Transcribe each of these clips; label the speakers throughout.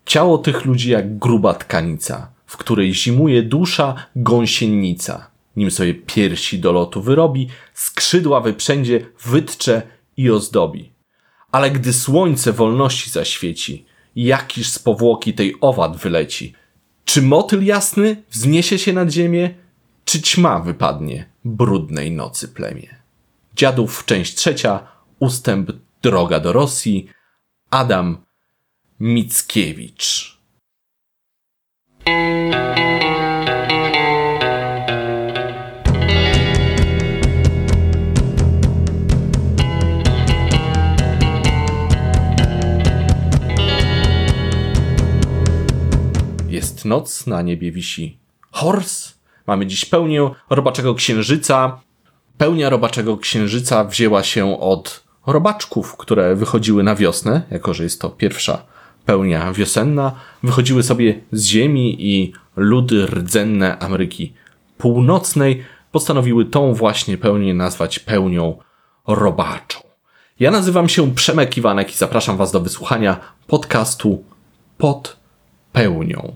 Speaker 1: Ciało tych ludzi jak gruba tkanica, w której zimuje dusza gąsienica. Nim sobie piersi do lotu wyrobi, skrzydła wyprzędzie, wytcze i ozdobi. Ale gdy słońce wolności zaświeci, jakiż z powłoki tej owad wyleci? Czy motyl jasny wzniesie się nad ziemię, czy ćma wypadnie brudnej nocy plemię? Dziadów, część 3, ustęp Droga do Rosji, Adam Mickiewicz. Jest noc, na niebie wisi hors. Mamy dziś pełnię robaczego księżyca. Pełnia robaczego księżyca wzięła się od robaczków, które wychodziły na wiosnę, jako że jest to pierwsza pełnia wiosenna. Wychodziły sobie z ziemi i ludy rdzenne Ameryki Północnej postanowiły tą właśnie pełnię nazwać pełnią robaczą. Ja nazywam się Przemek Iwanek i zapraszam Was do wysłuchania podcastu Pod pełnią.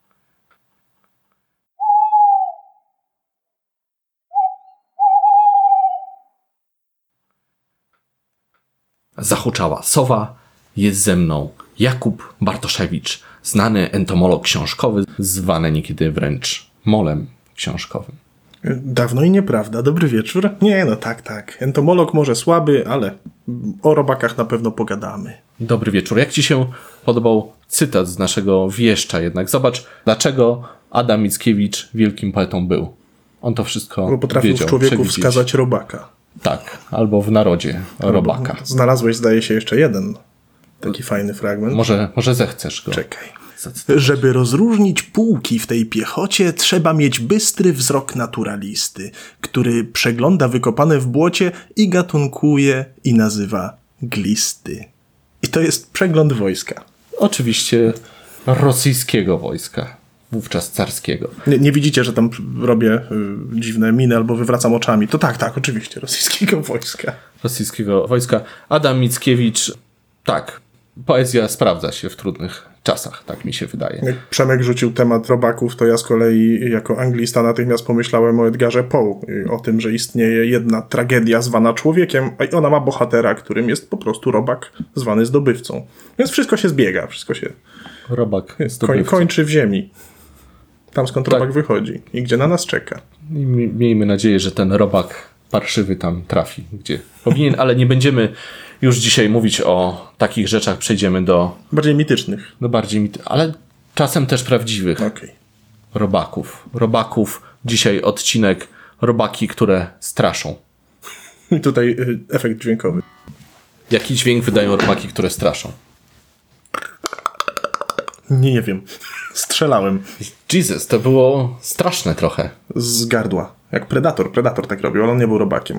Speaker 1: Zahuczała sowa, jest ze mną Jakub Bartoszewicz, znany entomolog książkowy, zwany niekiedy wręcz molem książkowym.
Speaker 2: Dawno i nieprawda. Dobry wieczór. Nie, no tak. Entomolog może słaby, ale o robakach na pewno pogadamy.
Speaker 1: Dobry wieczór. Jak Ci się podobał cytat z naszego wieszcza jednak? Zobacz, dlaczego Adam Mickiewicz wielkim poetą był. On to wszystko
Speaker 2: bo potrafił
Speaker 1: wiedział,
Speaker 2: w człowieku
Speaker 1: przewidzieć.
Speaker 2: wskazać robaka.
Speaker 1: Tak, albo w narodzie robaka.
Speaker 2: Znalazłeś, zdaje się, jeszcze jeden taki fajny fragment.
Speaker 1: Może zechcesz go.
Speaker 2: Czekaj. Żeby rozróżnić pułki w tej piechocie, trzeba mieć bystry wzrok naturalisty, który przegląda wykopane w błocie i gatunkuje i nazywa glisty. I to jest przegląd wojska.
Speaker 1: Oczywiście rosyjskiego wojska, wówczas carskiego.
Speaker 2: Nie widzicie, że tam robię dziwne miny albo wywracam oczami. To tak, oczywiście, rosyjskiego wojska.
Speaker 1: Rosyjskiego wojska. Adam Mickiewicz, tak, poezja sprawdza się w trudnych czasach, tak mi się wydaje.
Speaker 2: Jak Przemek rzucił temat robaków, to ja z kolei jako anglista natychmiast pomyślałem o Edgarze Poe, o tym, że istnieje jedna tragedia zwana człowiekiem, a ona ma bohatera, którym jest po prostu robak zwany zdobywcą. Więc wszystko się zbiega, wszystko się
Speaker 1: Robak zdobywca.
Speaker 2: kończy w ziemi. Tam skąd robak wychodzi i gdzie na nas czeka.
Speaker 1: I miejmy nadzieję, że ten robak parszywy tam trafi, gdzie powinien, ale nie będziemy już dzisiaj mówić o takich rzeczach, przejdziemy do
Speaker 2: Bardziej mitycznych.
Speaker 1: ale czasem też prawdziwych robaków. Robaków, dzisiaj odcinek robaki, które straszą.
Speaker 2: I tutaj efekt dźwiękowy.
Speaker 1: Jaki dźwięk wydają robaki, które straszą?
Speaker 2: Nie wiem. Strzelałem.
Speaker 1: Jesus, to było straszne trochę.
Speaker 2: Z gardła. Jak Predator. Predator tak robił, ale on nie był robakiem.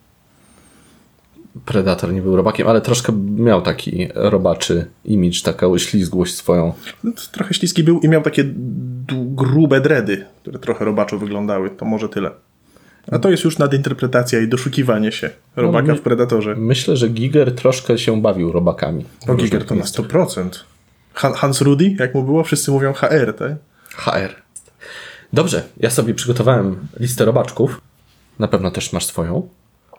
Speaker 1: Predator nie był robakiem, ale troszkę miał taki robaczy imidż, taką ślizgłość swoją.
Speaker 2: Trochę śliski był i miał takie grube dredy, które trochę robaczo wyglądały. To może tyle. A to jest już nadinterpretacja i doszukiwanie się robaka w Predatorze.
Speaker 1: Myślę, że Giger troszkę się bawił robakami.
Speaker 2: Giger to na 100%. Hans Rudy, jak mu było? Wszyscy mówią HR, tak?
Speaker 1: HR. Dobrze, ja sobie przygotowałem listę robaczków. Na pewno też masz swoją.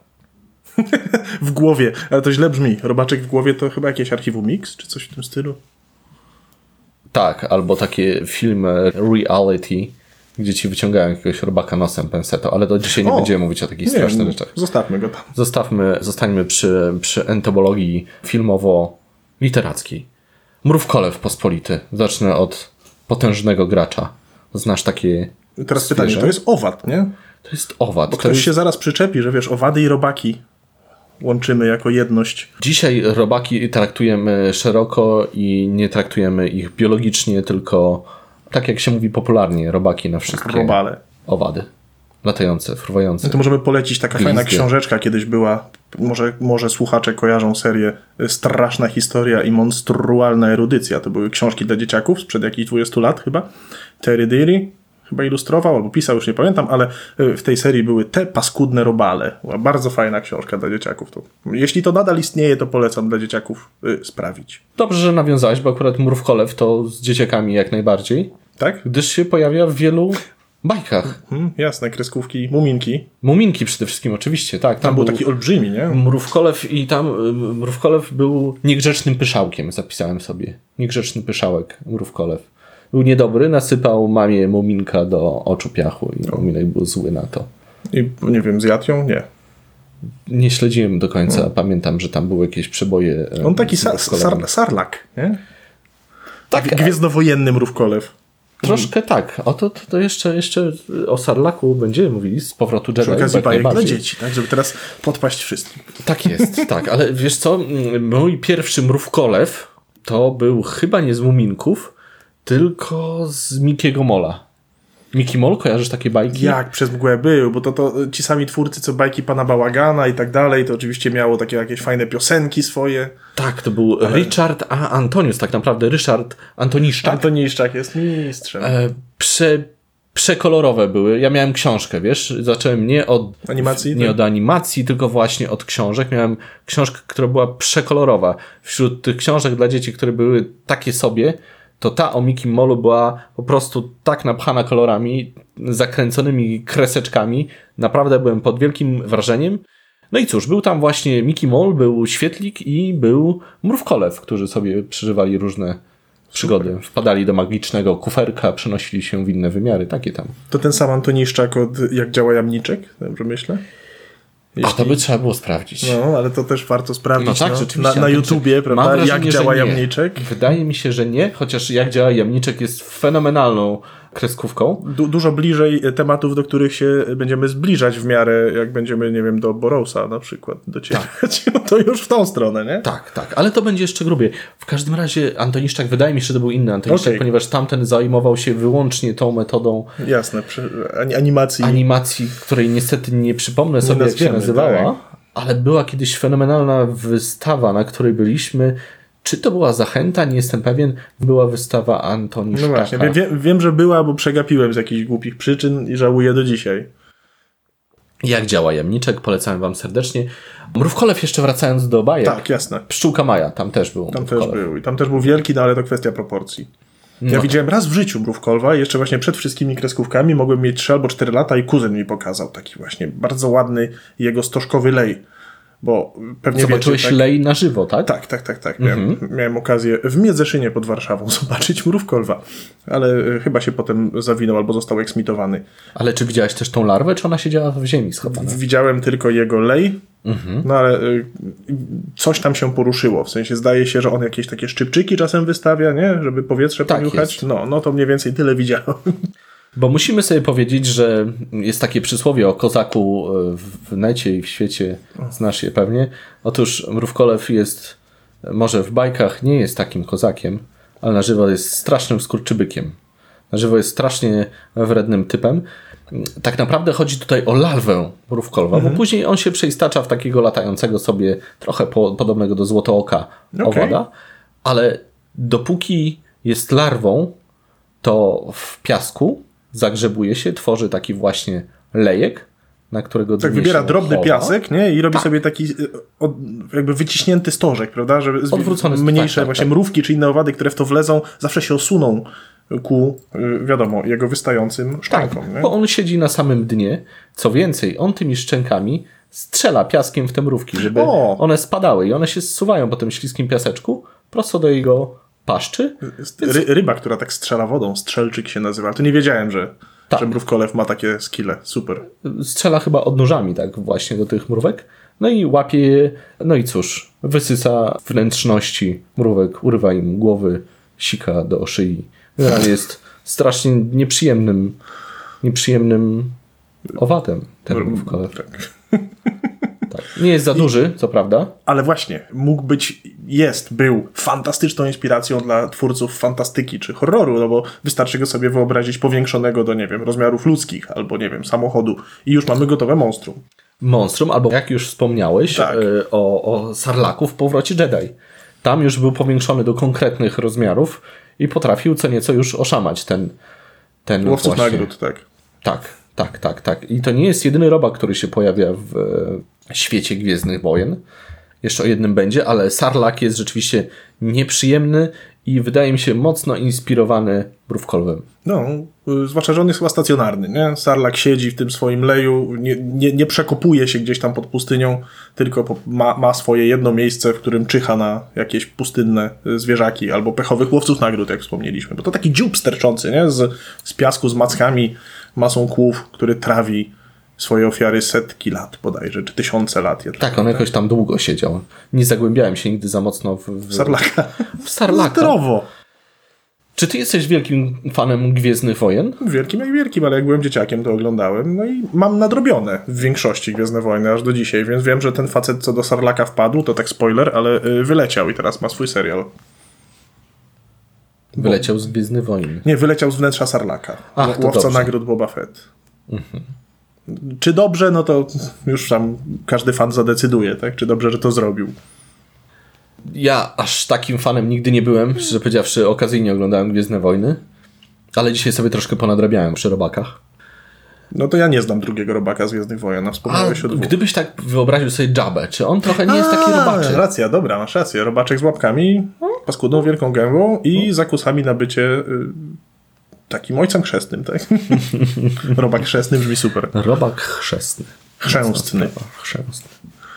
Speaker 2: W głowie, ale to źle brzmi. Robaczek w głowie to chyba jakieś archiwum Mix, czy coś w tym stylu?
Speaker 1: Tak, albo takie filmy reality, gdzie ci wyciągają jakiegoś robaka nosem penseto, ale to dzisiaj nie będziemy mówić o takich strasznych rzeczach.
Speaker 2: Zostawmy go tam.
Speaker 1: Zostańmy przy entomologii filmowo-literackiej. Mrówkolew pospolity. Zacznę od potężnego gracza. Znasz takie
Speaker 2: Teraz
Speaker 1: zwierzę?
Speaker 2: pytanie, to jest owad, nie?
Speaker 1: To jest owad.
Speaker 2: Bo ktoś się zaraz przyczepi, że wiesz, owady i robaki łączymy jako jedność.
Speaker 1: Dzisiaj robaki traktujemy szeroko i nie traktujemy ich biologicznie, tylko tak jak się mówi popularnie, robaki na wszystkie
Speaker 2: Robale.
Speaker 1: owady. Latające, fruwające.
Speaker 2: No to możemy polecić, taka fajna książeczka kiedyś była. Może słuchacze kojarzą serię Straszna historia i monstrualna erudycja. To były książki dla dzieciaków sprzed jakichś 20 lat chyba. Terry Deary, chyba ilustrował albo pisał, już nie pamiętam, ale w tej serii były Te paskudne robale. Była bardzo fajna książka dla dzieciaków. Jeśli to nadal istnieje, to polecam dla dzieciaków sprawić.
Speaker 1: Dobrze, że nawiązałeś, bo akurat Mrówkolew to z dzieciakami jak najbardziej.
Speaker 2: Tak?
Speaker 1: Gdyż się pojawia w wielu bajkach.
Speaker 2: Jasne, kreskówki, Muminki.
Speaker 1: Muminki przede wszystkim, oczywiście, tak.
Speaker 2: Tam był taki olbrzymi, nie?
Speaker 1: Mrówkolew i tam Mrówkolew był niegrzecznym pyszałkiem, zapisałem sobie. Niegrzeczny pyszałek, Mrówkolew. Był niedobry, nasypał mamie Muminka do oczu piachu i Muminek był zły na to.
Speaker 2: I nie wiem, zjadł ją? Nie.
Speaker 1: Nie śledziłem do końca. Pamiętam, że tam były jakieś przeboje.
Speaker 2: On taki sarlak, nie?
Speaker 1: Tak.
Speaker 2: Gwiezdnowojenny Mrówkolew.
Speaker 1: Troszkę tak. To jeszcze o Sarlaku będziemy mówili z powrotu Jedi.
Speaker 2: Przy okazji bajek dla dzieci, tak? Żeby teraz podpaść wszystkim.
Speaker 1: Tak jest, tak. Ale wiesz co? Mój pierwszy Mrówkolew to był chyba nie z Muminków, tylko z Mickiego Molla. Mickey Moll, kojarzysz takie bajki?
Speaker 2: Jak przez mgłę był, bo to ci sami twórcy, co bajki Pana Bałagana i tak dalej, to oczywiście miało takie jakieś fajne piosenki swoje.
Speaker 1: Tak, to był Richard A. Antonius, tak naprawdę Ryszard Antoniszczak.
Speaker 2: Antoniszczak jest mistrzem.
Speaker 1: Przekolorowe były. Ja miałem książkę, wiesz? Zacząłem nie od animacji, tylko właśnie od książek. Miałem książkę, która była przekolorowa. Wśród tych książek dla dzieci, które były takie sobie, to ta o Mickim Mollu była po prostu tak napchana kolorami, zakręconymi kreseczkami. Naprawdę byłem pod wielkim wrażeniem. No i cóż, był tam właśnie Mickey Moll, był Świetlik i był Mrówkolew, którzy sobie przeżywali różne przygody. Super. Wpadali do magicznego kuferka, przenosili się w inne wymiary, takie tam.
Speaker 2: To ten sam Antoniszczak od Jak działa jamniczek? Dobrze myślę?
Speaker 1: A to by trzeba było sprawdzić.
Speaker 2: No, ale to też warto sprawdzić.
Speaker 1: No tak, rzeczywiście.
Speaker 2: Na YouTubie, prawda?
Speaker 1: Wrażenie,
Speaker 2: Jak działa jamniczek?
Speaker 1: Wydaje mi się, że nie, chociaż Jak działa jamniczek jest fenomenalną kreskówką.
Speaker 2: Dużo bliżej tematów, do których się będziemy zbliżać w miarę, jak będziemy, nie wiem, do Boroughsa na przykład docierać. Tak. No to już w tą stronę, nie?
Speaker 1: Tak, ale to będzie jeszcze grubiej. W każdym razie Antoniszczak, wydaje mi się, że to był inny Antoniszczak, ponieważ tamten zajmował się wyłącznie tą metodą animacji, której niestety nie przypomnę sobie, jak się nazywała, tak. Ale była kiedyś fenomenalna wystawa, na której byliśmy. Czy to była Zachęta? Nie jestem pewien. Była wystawa Antoniszczaka.
Speaker 2: No właśnie, wiem, że była, bo przegapiłem z jakichś głupich przyczyn i żałuję do dzisiaj.
Speaker 1: Jak działa jamniczek? Polecam wam serdecznie. Mrówkolew, jeszcze wracając do bajek.
Speaker 2: Tak, jasne.
Speaker 1: Pszczółka Maja, tam też był.
Speaker 2: Tam też był wielki, no ale to kwestia proporcji. Ja widziałem raz w życiu Mrówkolewa i jeszcze właśnie przed wszystkimi kreskówkami mogłem mieć 3 albo 4 lata i kuzyn mi pokazał taki właśnie bardzo ładny jego stożkowy lej. Bo pewnie
Speaker 1: zobaczyłeś
Speaker 2: wiecie,
Speaker 1: lej na żywo, tak?
Speaker 2: Tak. Miałem okazję w Miedzeszynie pod Warszawą zobaczyć Mrówkolewa, ale chyba się potem zawinął albo został eksmitowany.
Speaker 1: Ale czy widziałeś też tą larwę, czy ona siedziała w ziemi schowana?
Speaker 2: Widziałem tylko jego lej, no ale coś tam się poruszyło, w sensie zdaje się, że on jakieś takie szczypczyki czasem wystawia, nie? Żeby powietrze poniuchać. No to mniej więcej tyle widziałem.
Speaker 1: Bo musimy sobie powiedzieć, że jest takie przysłowie o kozaku w necie i w świecie, znasz je pewnie. Otóż Mrówkolew jest, może w bajkach nie jest takim kozakiem, ale na żywo jest strasznym skurczybykiem. Na żywo jest strasznie wrednym typem. Tak naprawdę chodzi tutaj o larwę Mrówkolewa, bo później on się przeistacza w takiego latającego sobie, trochę podobnego do złotooka owada, ale dopóki jest larwą, to w piasku zagrzebuje się, tworzy taki właśnie lejek, na którego
Speaker 2: tak wybiera drobny piasek, nie? I robi sobie taki jakby wyciśnięty stożek, prawda? Żeby
Speaker 1: odwrócony
Speaker 2: mniejsze właśnie mrówki czy inne owady, które w to wlezą, zawsze się osuną ku, wiadomo, jego wystającym szczękom.
Speaker 1: Tak, bo on siedzi na samym dnie. Co więcej, on tymi szczękami strzela piaskiem w te mrówki, żeby one spadały i one się zsuwają po tym śliskim piaseczku prosto do jego paszczy.
Speaker 2: Ryba, która tak strzela wodą, strzelczyk się nazywa. To nie wiedziałem, że Mrówkolew ma takie skille. Super.
Speaker 1: Strzela chyba odnóżami tak właśnie do tych mrówek. No i łapie je. No i cóż, wysysa wnętrzności mrówek, urywa im głowy, sika do szyi. Generalnie jest strasznie nieprzyjemnym owadem ten Mrówkolew. Tak. Nie jest za duży, co prawda.
Speaker 2: Ale właśnie, był fantastyczną inspiracją dla twórców fantastyki czy horroru, no bo wystarczy go sobie wyobrazić powiększonego do, nie wiem, rozmiarów ludzkich albo, nie wiem, samochodu i już mamy gotowe monstrum.
Speaker 1: Monstrum, albo jak już wspomniałeś o Sarlaku w Powrocie Jedi. Tam już był powiększony do konkretnych rozmiarów i potrafił co nieco już oszamać Ten
Speaker 2: Łowców
Speaker 1: właśnie...
Speaker 2: nagród, tak.
Speaker 1: Tak. I to nie jest jedyny robak, który się pojawia w świecie Gwiezdnych Wojen. Jeszcze o jednym będzie, ale Sarlacc jest rzeczywiście nieprzyjemny i wydaje mi się mocno inspirowany Mrówkolwem.
Speaker 2: No, zwłaszcza, że on jest chyba stacjonarny, nie? Sarlacc siedzi w tym swoim leju, nie przekopuje się gdzieś tam pod pustynią, tylko ma swoje jedno miejsce, w którym czyha na jakieś pustynne zwierzaki albo pechowych łowców nagród, jak wspomnieliśmy. Bo to taki dziób sterczący, nie? Z piasku, z mackami, masą kłów, który trawi swoje ofiary setki lat bodajże, czy tysiące lat.
Speaker 1: Tak, on jakoś tam długo siedział. Nie zagłębiałem się nigdy za mocno w
Speaker 2: Sarlacca.
Speaker 1: W Sarlacca.
Speaker 2: Zdrowo.
Speaker 1: Czy ty jesteś wielkim fanem Gwiezdnych Wojen?
Speaker 2: Wielkim jak wielkim, ale jak byłem dzieciakiem, to oglądałem. No i mam nadrobione w większości Gwiezdne Wojny aż do dzisiaj, więc wiem, że ten facet, co do Sarlacca wpadł, to tak spoiler, ale wyleciał i teraz ma swój serial.
Speaker 1: Wyleciał z Gwiezdnych Wojen.
Speaker 2: Nie, wyleciał z wnętrza Sarlacca.
Speaker 1: Ach, to
Speaker 2: Łowca
Speaker 1: dobrze.
Speaker 2: nagród Boba Fett. Czy dobrze, no to już tam każdy fan zadecyduje, tak? Czy dobrze, że to zrobił.
Speaker 1: Ja aż takim fanem nigdy nie byłem, szczerze powiedziawszy, okazyjnie oglądałem Gwiezdne Wojny, ale dzisiaj sobie troszkę ponadrabiałem przy robakach.
Speaker 2: No to ja nie znam drugiego robaka z Gwiezdnych Wojen, a wspomniałeś o dwóch.
Speaker 1: Gdybyś tak wyobraził sobie Jabbę, czy on trochę nie jest taki robaczy?
Speaker 2: Racja, dobra, masz rację. Robaczek z łapkami, paskudną wielką gębą i zakusami na bycie takim ojcem chrzestnym, tak? Robak chrzestny brzmi super.
Speaker 1: Robak chrzestny.
Speaker 2: Chrzęstny.
Speaker 1: Chrzęstny.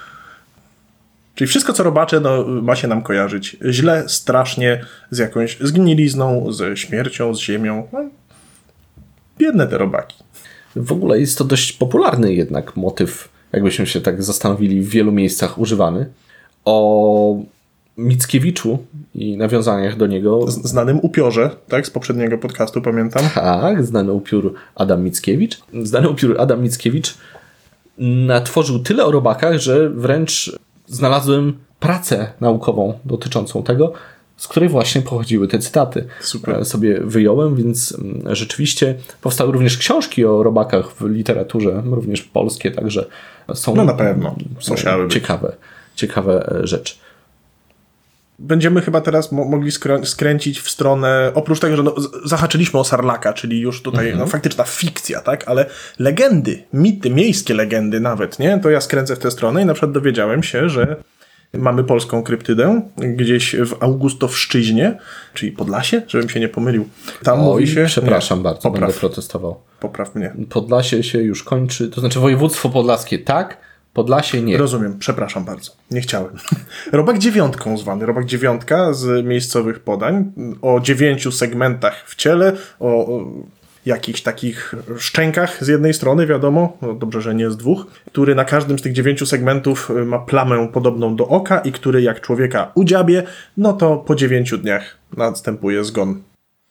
Speaker 2: Czyli wszystko, co robacze, no, ma się nam kojarzyć źle, strasznie, z jakąś zgnilizną, ze śmiercią, z ziemią. No, biedne te robaki.
Speaker 1: W ogóle jest to dość popularny jednak motyw, jakbyśmy się tak zastanowili, w wielu miejscach używany. O Mickiewiczu i nawiązaniach do niego.
Speaker 2: Znanym upiorze, tak? Z poprzedniego podcastu, pamiętam.
Speaker 1: Tak, znany upiór Adam Mickiewicz. Znany upiór Adam Mickiewicz natworzył tyle o robakach, że wręcz znalazłem pracę naukową dotyczącą tego, z której właśnie pochodziły te cytaty.
Speaker 2: Super.
Speaker 1: Sobie wyjąłem, więc rzeczywiście powstały również książki o robakach w literaturze, również polskie, także są
Speaker 2: No na pewno. Musiały być.
Speaker 1: ciekawe rzeczy.
Speaker 2: Będziemy chyba teraz mogli skręcić w stronę, oprócz tego, że no, zahaczyliśmy o Sarlacca, czyli już tutaj no, faktyczna fikcja, tak? Ale legendy, mity, miejskie legendy nawet, nie? To ja skręcę w tę stronę i na przykład dowiedziałem się, że mamy polską kryptydę gdzieś w Augustowszczyźnie, czyli Podlasie, żebym się nie pomylił. Tam mówi się...
Speaker 1: Przepraszam bardzo, będę protestował.
Speaker 2: Popraw mnie.
Speaker 1: Podlasie się już kończy, to znaczy województwo podlaskie tak, Podlasie nie.
Speaker 2: Rozumiem, przepraszam bardzo. Nie chciałem. Robak dziewiątką zwany. Robak dziewiątka z miejscowych podań. O 9 segmentach w ciele, o jakichś takich szczękach z jednej strony, wiadomo, no dobrze, że nie z dwóch, który na każdym z tych 9 segmentów ma plamę podobną do oka i który jak człowieka udziabie, no to po 9 dniach następuje zgon.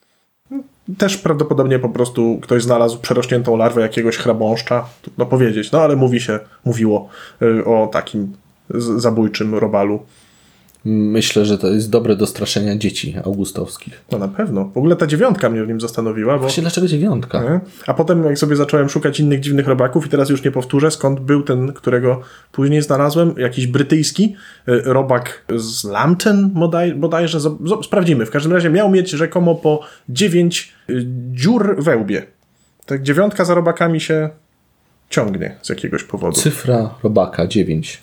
Speaker 2: Też prawdopodobnie po prostu ktoś znalazł przerośniętą larwę jakiegoś chrabąszcza, trudno powiedzieć, no ale mówiło o takim zabójczym robalu.
Speaker 1: Myślę, że to jest dobre do straszenia dzieci augustowskich.
Speaker 2: No na pewno. W ogóle ta dziewiątka mnie w nim zastanowiła. Bo...
Speaker 1: Właśnie dlaczego dziewiątka?
Speaker 2: Nie? A potem jak sobie zacząłem szukać innych dziwnych robaków i teraz już nie powtórzę, skąd był ten, którego później znalazłem, jakiś brytyjski robak z Lambton bodajże. Sprawdzimy. W każdym razie miał mieć rzekomo po 9 dziur we łbie. Tak dziewiątka za robakami się ciągnie z jakiegoś powodu.
Speaker 1: Cyfra robaka 9.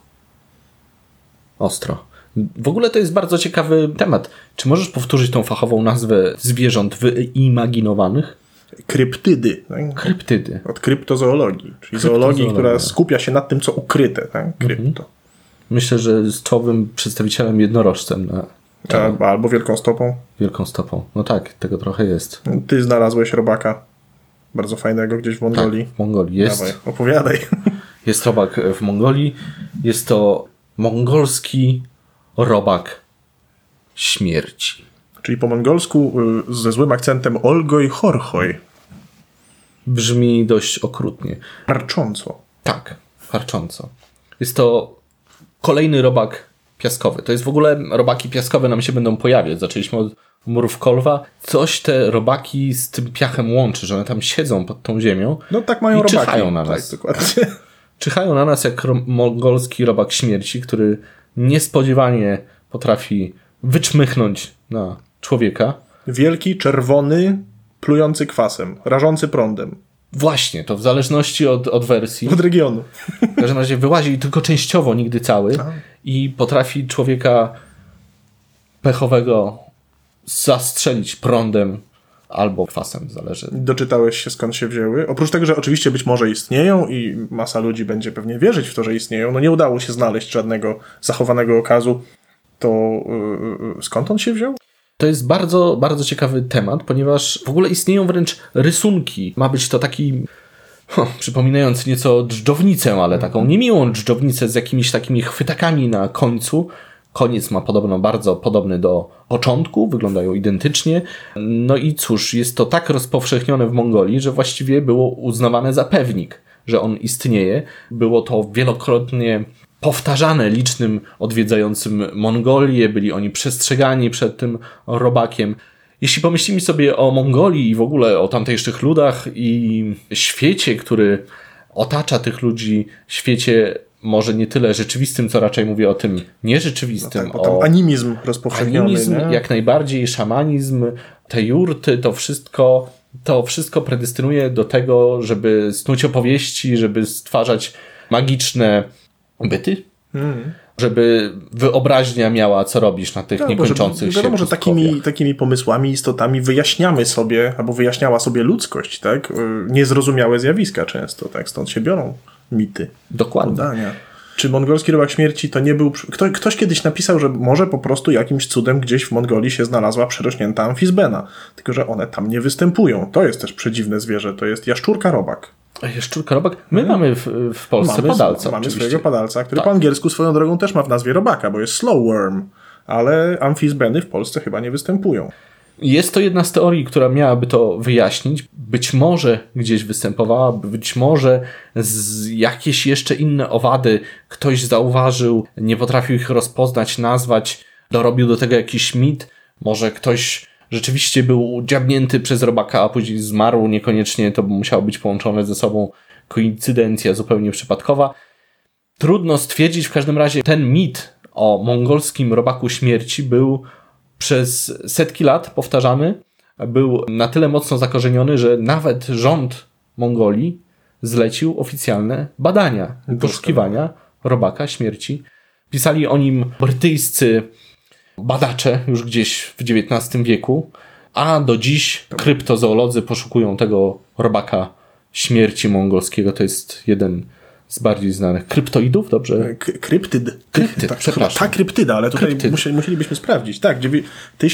Speaker 1: Ostro. W ogóle to jest bardzo ciekawy temat. Czy możesz powtórzyć tą fachową nazwę zwierząt wyimaginowanych?
Speaker 2: Kryptydy. Tak?
Speaker 1: Kryptydy.
Speaker 2: Od kryptozoologii. Czyli zoologii, która skupia się nad tym, co ukryte. Tak? Krypto.
Speaker 1: Myślę, że z czołowym przedstawicielem jednorożcem na
Speaker 2: albo wielką stopą.
Speaker 1: Wielką stopą. No tak, tego trochę jest.
Speaker 2: Ty znalazłeś robaka bardzo fajnego gdzieś w Mongolii.
Speaker 1: Tak, w Mongolii jest.
Speaker 2: Dawaj, opowiadaj.
Speaker 1: Jest robak w Mongolii. Jest to mongolski robak śmierci.
Speaker 2: Czyli po mongolsku ze złym akcentem Olgoj Horhoj.
Speaker 1: Brzmi dość okrutnie.
Speaker 2: Harcząco.
Speaker 1: Tak, harcząco. Jest to kolejny robak piaskowy. To jest w ogóle, robaki piaskowe nam się będą pojawiać. Zaczęliśmy od Mrówkolwa. Coś te robaki z tym piachem łączy, że one tam siedzą pod tą ziemią.
Speaker 2: No tak mają
Speaker 1: i
Speaker 2: robaki.
Speaker 1: Czyhają na nas.
Speaker 2: Tak, dokładnie.
Speaker 1: Czyhają na nas jak mongolski robak śmierci, który niespodziewanie potrafi wyczmychnąć na człowieka.
Speaker 2: Wielki, czerwony, plujący kwasem, rażący prądem.
Speaker 1: Właśnie, to w zależności od wersji.
Speaker 2: Od regionu.
Speaker 1: W każdym razie wyłazi tylko częściowo, nigdy cały. I potrafi człowieka pechowego zastrzelić prądem albo kwasem, zależy.
Speaker 2: Doczytałeś się, skąd się wzięły? Oprócz tego, że oczywiście być może istnieją i masa ludzi będzie pewnie wierzyć w to, że istnieją, no nie udało się znaleźć żadnego zachowanego okazu, to skąd on się wziął?
Speaker 1: To jest bardzo, bardzo ciekawy temat, ponieważ w ogóle istnieją wręcz rysunki. Ma być to taki, przypominający nieco dżdżownicę, ale taką niemiłą dżdżownicę z jakimiś takimi chwytakami na końcu. Koniec ma podobno bardzo podobny do początku, wyglądają identycznie. No i cóż, jest to tak rozpowszechnione w Mongolii, że właściwie było uznawane za pewnik, że on istnieje. Było to wielokrotnie powtarzane licznym odwiedzającym Mongolię, byli oni przestrzegani przed tym robakiem. Jeśli pomyślimy sobie o Mongolii i w ogóle o tamtejszych ludach i świecie, który otacza tych ludzi, świecie może nie tyle rzeczywistym, co raczej mówię o tym nierzeczywistym.
Speaker 2: No tak, bo tam animizm rozpowszechniony.
Speaker 1: Animizm, nie? Jak najbardziej, szamanizm, te jurty, to wszystko predestynuje do tego, żeby snuć opowieści, żeby stwarzać magiczne byty, żeby wyobraźnia miała, co robisz na tych niekończących się
Speaker 2: wiadomo, że takimi pomysłami, istotami wyjaśniamy sobie, albo wyjaśniała sobie ludzkość, tak? Niezrozumiałe zjawiska często, tak? Stąd się biorą mity.
Speaker 1: Dokładnie.
Speaker 2: Podania. Czy mongolski robak śmierci to nie był... Ktoś kiedyś napisał, że może po prostu jakimś cudem gdzieś w Mongolii się znalazła przerośnięta amfizbena. Tylko że one tam nie występują. To jest też przedziwne zwierzę. To jest jaszczurka robak.
Speaker 1: Jaszczurka robak? My mamy w Polsce padalca.
Speaker 2: Mamy swojego padalca, który po angielsku swoją drogą też ma w nazwie robaka, bo jest slowworm. Ale amfizbeny w Polsce chyba nie występują.
Speaker 1: Jest to jedna z teorii, która miałaby to wyjaśnić. Być może gdzieś występowała, być może jakieś jeszcze inne owady ktoś zauważył, nie potrafił ich rozpoznać, nazwać, dorobił do tego jakiś mit. Może ktoś rzeczywiście był dziabnięty przez robaka, a później zmarł. Niekoniecznie to musiało być połączone ze sobą. Koincydencja zupełnie przypadkowa. Trudno stwierdzić, w każdym razie ten mit o mongolskim robaku śmierci był przez setki lat powtarzany, był na tyle mocno zakorzeniony, że nawet rząd Mongolii zlecił oficjalne badania i poszukiwania robaka śmierci. Pisali o nim brytyjscy badacze już gdzieś w XIX wieku, a do dziś kryptozoolodzy poszukują tego robaka śmierci mongolskiego. To jest jeden z bardziej znanych kryptoidów, dobrze?
Speaker 2: Kryptyd,
Speaker 1: przepraszam.
Speaker 2: Ta kryptyda, ale tutaj musielibyśmy sprawdzić. Tak, w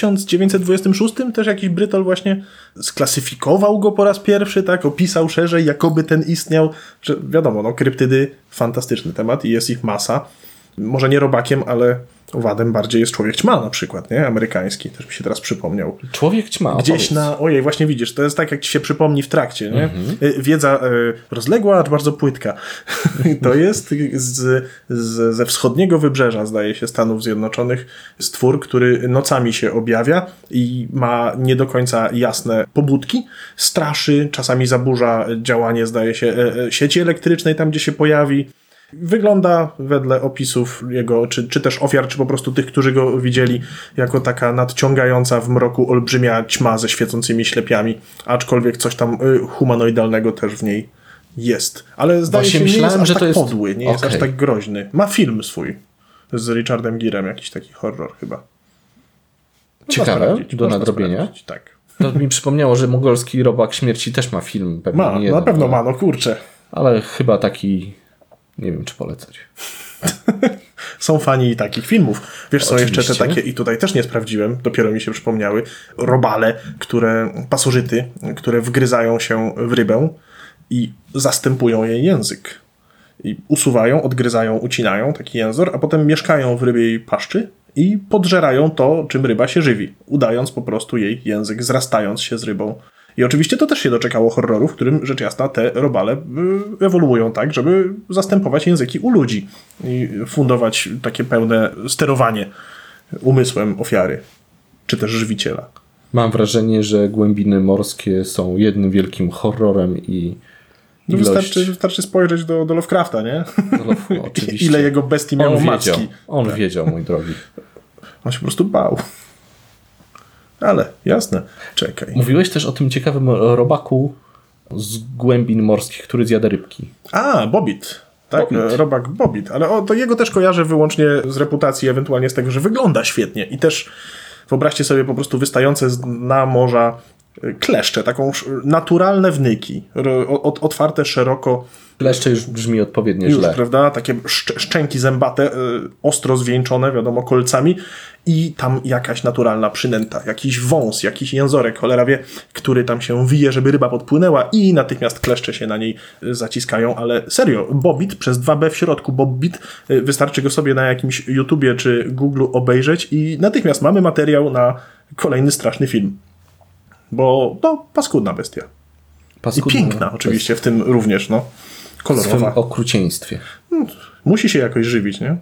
Speaker 2: 1926 też jakiś Brytol właśnie sklasyfikował go po raz pierwszy, tak, opisał szerzej, jakoby ten istniał. Że wiadomo, no, kryptydy, fantastyczny temat i jest ich masa. Może nie robakiem, ale owadem bardziej jest człowiek ćma na przykład, nie? Amerykański, też mi się teraz przypomniał.
Speaker 1: Człowiek ćma,
Speaker 2: gdzieś ojej, właśnie widzisz, to jest tak, jak ci się przypomni w trakcie, nie? Wiedza rozległa, acz bardzo płytka. To jest ze wschodniego wybrzeża, zdaje się, Stanów Zjednoczonych, stwór, który nocami się objawia i ma nie do końca jasne pobudki, straszy, czasami zaburza działanie, zdaje się, sieci elektrycznej tam, gdzie się pojawi. Wygląda wedle opisów jego, czy też ofiar, czy po prostu tych, którzy go widzieli, jako taka nadciągająca w mroku olbrzymia ćma ze świecącymi ślepiami, aczkolwiek coś tam humanoidalnego też w niej jest. Ale zdaje się, nie jest aż tak podły, nie jest aż tak groźny. Ma film swój z Richardem Girem, jakiś taki horror chyba.
Speaker 1: Ciekawe, do nadrobienia.
Speaker 2: Tak.
Speaker 1: To mi przypomniało, że mongolski robak śmierci też ma film. Pewnie
Speaker 2: ma, na pewno ma, no kurczę.
Speaker 1: Ale chyba taki... Nie wiem, czy polecać.
Speaker 2: Są fani takich filmów. Wiesz, są jeszcze te takie, i tutaj też nie sprawdziłem, dopiero mi się przypomniały, robale, pasożyty, które wgryzają się w rybę i zastępują jej język. I usuwają, odgryzają, ucinają taki język, a potem mieszkają w rybiej paszczy i podżerają to, czym ryba się żywi, udając po prostu jej język, zrastając się z rybą. I oczywiście to też się doczekało horroru, w którym rzecz jasna te robale ewoluują tak, żeby zastępować języki u ludzi i fundować takie pełne sterowanie umysłem ofiary, czy też żywiciela.
Speaker 1: Mam wrażenie, że głębiny morskie są jednym wielkim horrorem i
Speaker 2: wystarczy spojrzeć do Lovecrafta, nie?
Speaker 1: Oczywiście.
Speaker 2: Ile jego bestii miało macki.
Speaker 1: On wiedział, mój drogi.
Speaker 2: On się po prostu bał. Ale, jasne. Czekaj.
Speaker 1: Mówiłeś też o tym ciekawym robaku z głębin morskich, który zjada rybki.
Speaker 2: A, Bobit. Tak,
Speaker 1: Bobit.
Speaker 2: robak Bobit. Ale to jego też kojarzę wyłącznie z reputacji, ewentualnie z tego, że wygląda świetnie. I też wyobraźcie sobie po prostu wystające z dna morza kleszcze, taką naturalne wnyki, otwarte szeroko.
Speaker 1: Kleszcze już brzmi odpowiednio
Speaker 2: Już,
Speaker 1: źle.
Speaker 2: prawda? Takie szczęki zębate, ostro zwieńczone, wiadomo, kolcami i tam jakaś naturalna przynęta, jakiś wąs, jakiś jęzorek, cholera wie, który tam się wije, żeby ryba podpłynęła i natychmiast kleszcze się na niej zaciskają, ale serio, Bobit przez 2B w środku, Bobit, wystarczy go sobie na jakimś YouTubie czy Google obejrzeć i natychmiast mamy materiał na kolejny straszny film. Bo to paskudna bestia.
Speaker 1: Paskudna,
Speaker 2: I piękna oczywiście, w tym również, no.
Speaker 1: w
Speaker 2: Kolorowa.
Speaker 1: swym okrucieństwie.
Speaker 2: Musi się jakoś żywić, nie?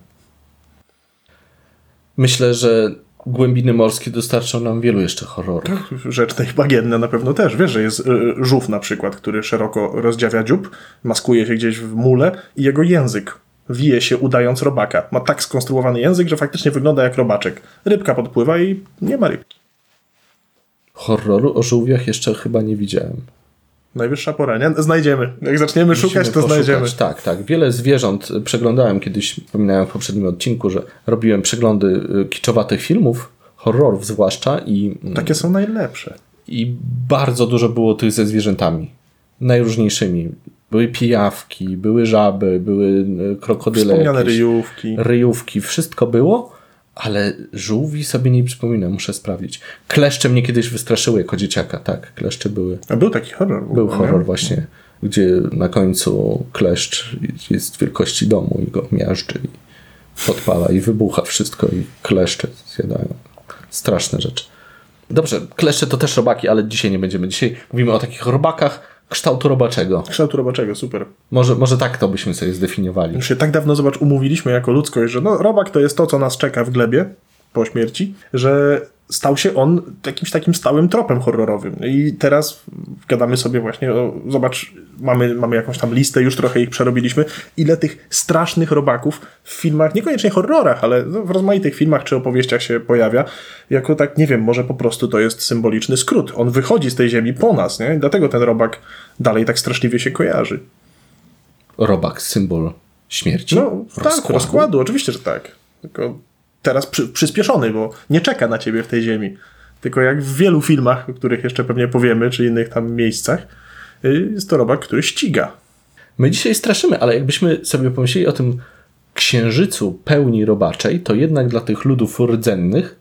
Speaker 1: Myślę, że głębiny morskie dostarczą nam wielu jeszcze horrorów.
Speaker 2: Rzeczne i bagienne na pewno też. Wiesz, że jest żółw na przykład, który szeroko rozdziawia dziób, maskuje się gdzieś w mule i jego język wije się udając robaka. Ma tak skonstruowany język, że faktycznie wygląda jak robaczek. Rybka podpływa i nie ma rybki.
Speaker 1: Horroru o żółwiach jeszcze chyba nie widziałem.
Speaker 2: Najwyższa pora, nie? Znajdziemy. Jak zaczniemy szukać, to znajdziemy.
Speaker 1: Tak. Wiele zwierząt przeglądałem kiedyś, wspominałem w poprzednim odcinku, że robiłem przeglądy kiczowatych filmów, horrorów zwłaszcza
Speaker 2: Takie są najlepsze.
Speaker 1: i bardzo dużo było tych ze zwierzętami. Najróżniejszymi. Były pijawki, były żaby, były krokodyle.
Speaker 2: Wspomniane
Speaker 1: jakieś,
Speaker 2: ryjówki.
Speaker 1: ryjówki, wszystko było, ale żółwi sobie nie przypominam, muszę sprawdzić. Kleszcze mnie kiedyś wystraszyły jako dzieciaka, tak, kleszcze były.
Speaker 2: A był taki horror.
Speaker 1: Był horror właśnie, gdzie na końcu kleszcz jest wielkości domu i go miażdży i podpala i wybucha wszystko i kleszcze zjadają. Straszne rzeczy. Dobrze, kleszcze to też robaki, ale dzisiaj nie będziemy. Dzisiaj mówimy o takich robakach kształtu robaczego.
Speaker 2: Kształtu robaczego, super.
Speaker 1: Może tak to byśmy sobie zdefiniowali.
Speaker 2: Już się tak dawno, zobacz, umówiliśmy jako ludzkość, że no, robak to jest to, co nas czeka w glebie po śmierci, że stał się on jakimś takim stałym tropem horrorowym. I teraz gadamy sobie właśnie, zobacz, mamy jakąś tam listę, już trochę ich przerobiliśmy, ile tych strasznych robaków w filmach, niekoniecznie horrorach, ale w rozmaitych filmach czy opowieściach się pojawia, jako tak, nie wiem, może po prostu to jest symboliczny skrót. On wychodzi z tej ziemi po nas, nie? I dlatego ten robak dalej tak straszliwie się kojarzy.
Speaker 1: Robak, symbol śmierci?
Speaker 2: No tak, rozkładu, oczywiście, że tak. Tylko teraz przyspieszony, bo nie czeka na ciebie w tej ziemi. Tylko jak w wielu filmach, o których jeszcze pewnie powiemy, czy innych tam miejscach, jest to robak, który ściga.
Speaker 1: My dzisiaj straszymy, ale jakbyśmy sobie pomyśleli o tym księżycu pełni robaczej, to jednak dla tych ludów rdzennych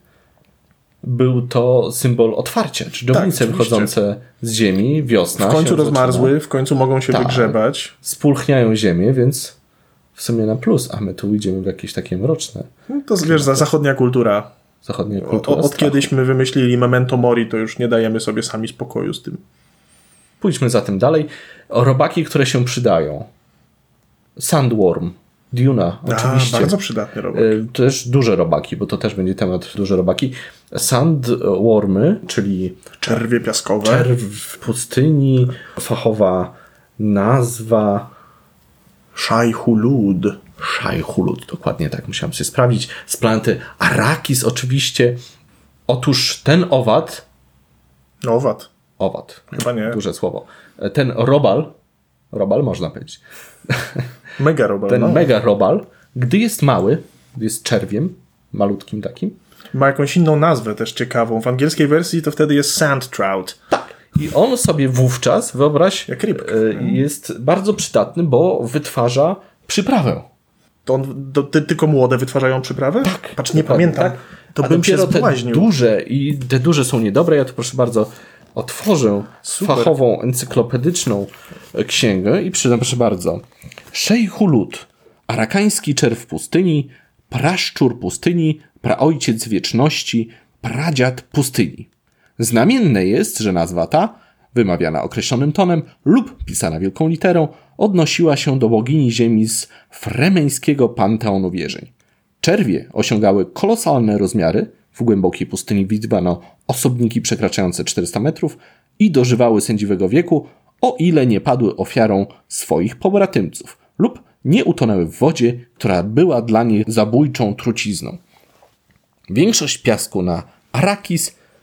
Speaker 1: był to symbol otwarcia. Dżdżownice
Speaker 2: Tak,
Speaker 1: wychodzące z ziemi, wiosna.
Speaker 2: W końcu
Speaker 1: się
Speaker 2: rozmarzły,
Speaker 1: zaczyna.
Speaker 2: w końcu mogą się wygrzebać.
Speaker 1: Spulchniają ziemię, więc w sumie na plus, a my tu idziemy w jakieś takie mroczne.
Speaker 2: No to wiesz, zachodnia kultura.
Speaker 1: Zachodnia kultura.
Speaker 2: Od kiedyśmy wymyślili memento mori, to już nie dajemy sobie sami spokoju z tym.
Speaker 1: Pójdźmy zatem dalej. O robaki, które się przydają. Sandworm. Duna, oczywiście.
Speaker 2: Bardzo przydatny robak.
Speaker 1: Też duże robaki, bo to też będzie temat duże robaki. Sandwormy, czyli
Speaker 2: Czerwie piaskowe.
Speaker 1: czerw w pustyni, fachowa nazwa
Speaker 2: Szajhulud.
Speaker 1: Szajhulud, dokładnie tak musiałem sobie sprawdzić. Z planety Arrakis oczywiście. Otóż ten owad,
Speaker 2: Owad. Chyba nie.
Speaker 1: duże słowo, ten robal można powiedzieć,
Speaker 2: Mega robak.
Speaker 1: ten mega robal, gdy jest mały, jest czerwiem, malutkim takim,
Speaker 2: Ma jakąś inną nazwę też ciekawą. W angielskiej wersji to wtedy jest sand trout.
Speaker 1: tak. I on sobie wówczas, wyobraź,
Speaker 2: Jak rybka.
Speaker 1: jest bardzo przydatny, bo wytwarza przyprawę.
Speaker 2: To tylko młode wytwarzają przyprawę? Tak. Patrz, nie pamiętam.
Speaker 1: Tak.
Speaker 2: To
Speaker 1: A
Speaker 2: bym się
Speaker 1: dopiero te
Speaker 2: zbłaźnił.
Speaker 1: duże i te duże są niedobre. Ja tu proszę bardzo otworzę
Speaker 2: Super.
Speaker 1: fachową, encyklopedyczną księgę i przydam, proszę bardzo. Szejhulud, arakański czerw pustyni, praszczur pustyni, praojciec wieczności, pradziad pustyni. Znamienne jest, że nazwa ta, wymawiana określonym tonem lub pisana wielką literą, odnosiła się do bogini ziemi z fremeńskiego panteonu wierzeń. Czerwie osiągały kolosalne rozmiary, w głębokiej pustyni widywano osobniki przekraczające 400 metrów i dożywały sędziwego wieku, o ile nie padły ofiarą swoich pobratymców lub nie utonęły w wodzie, która była dla nich zabójczą trucizną. Większość piasku na Arrakis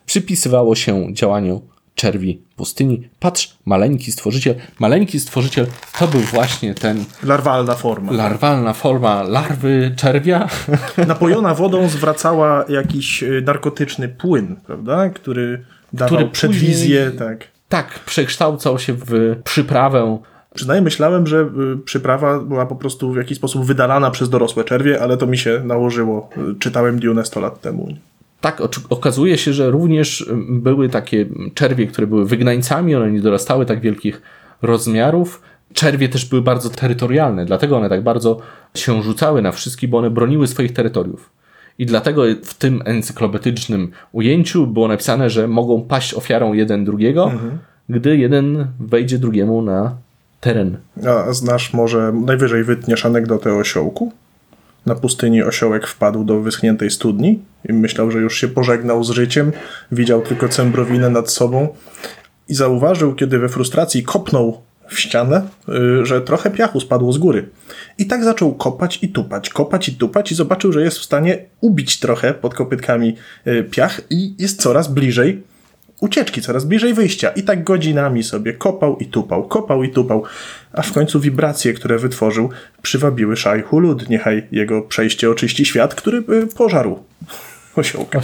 Speaker 1: przypisywało się działaniu czerwi pustyni. Patrz, maleńki stworzyciel. Maleńki stworzyciel to był właśnie ten... Larwalna forma larwy czerwia.
Speaker 2: Napojona wodą zwracała jakiś narkotyczny płyn, prawda? Który dawał przedwizję.
Speaker 1: Tak, przekształcał się w przyprawę.
Speaker 2: Przyznaję, myślałem, że przyprawa była po prostu w jakiś sposób wydalana przez dorosłe czerwie, ale to mi się nałożyło. Czytałem Dune 100 lat temu.
Speaker 1: Tak, okazuje się, że również były takie czerwie, które były wygnańcami, one nie dorastały tak wielkich rozmiarów. Czerwie też były bardzo terytorialne, dlatego one tak bardzo się rzucały na wszystkich, bo one broniły swoich terytoriów. I dlatego w tym encyklopedycznym ujęciu było napisane, że mogą paść ofiarą jeden drugiego, gdy jeden wejdzie drugiemu na teren.
Speaker 2: A znasz może, najwyżej wytniesz anegdotę o osiołku? Na pustyni osiołek wpadł do wyschniętej studni i myślał, że już się pożegnał z życiem. Widział tylko cembrowinę nad sobą i zauważył, kiedy we frustracji kopnął w ścianę, że trochę piachu spadło z góry. I tak zaczął kopać i tupać i zobaczył, że jest w stanie ubić trochę pod kopytkami piach i jest coraz bliżej ucieczki, coraz bliżej wyjścia. I tak godzinami sobie kopał i tupał, aż w końcu wibracje, które wytworzył, przywabiły Shai-Hulud. Niechaj jego przejście oczyści świat, który pożarł osiołka.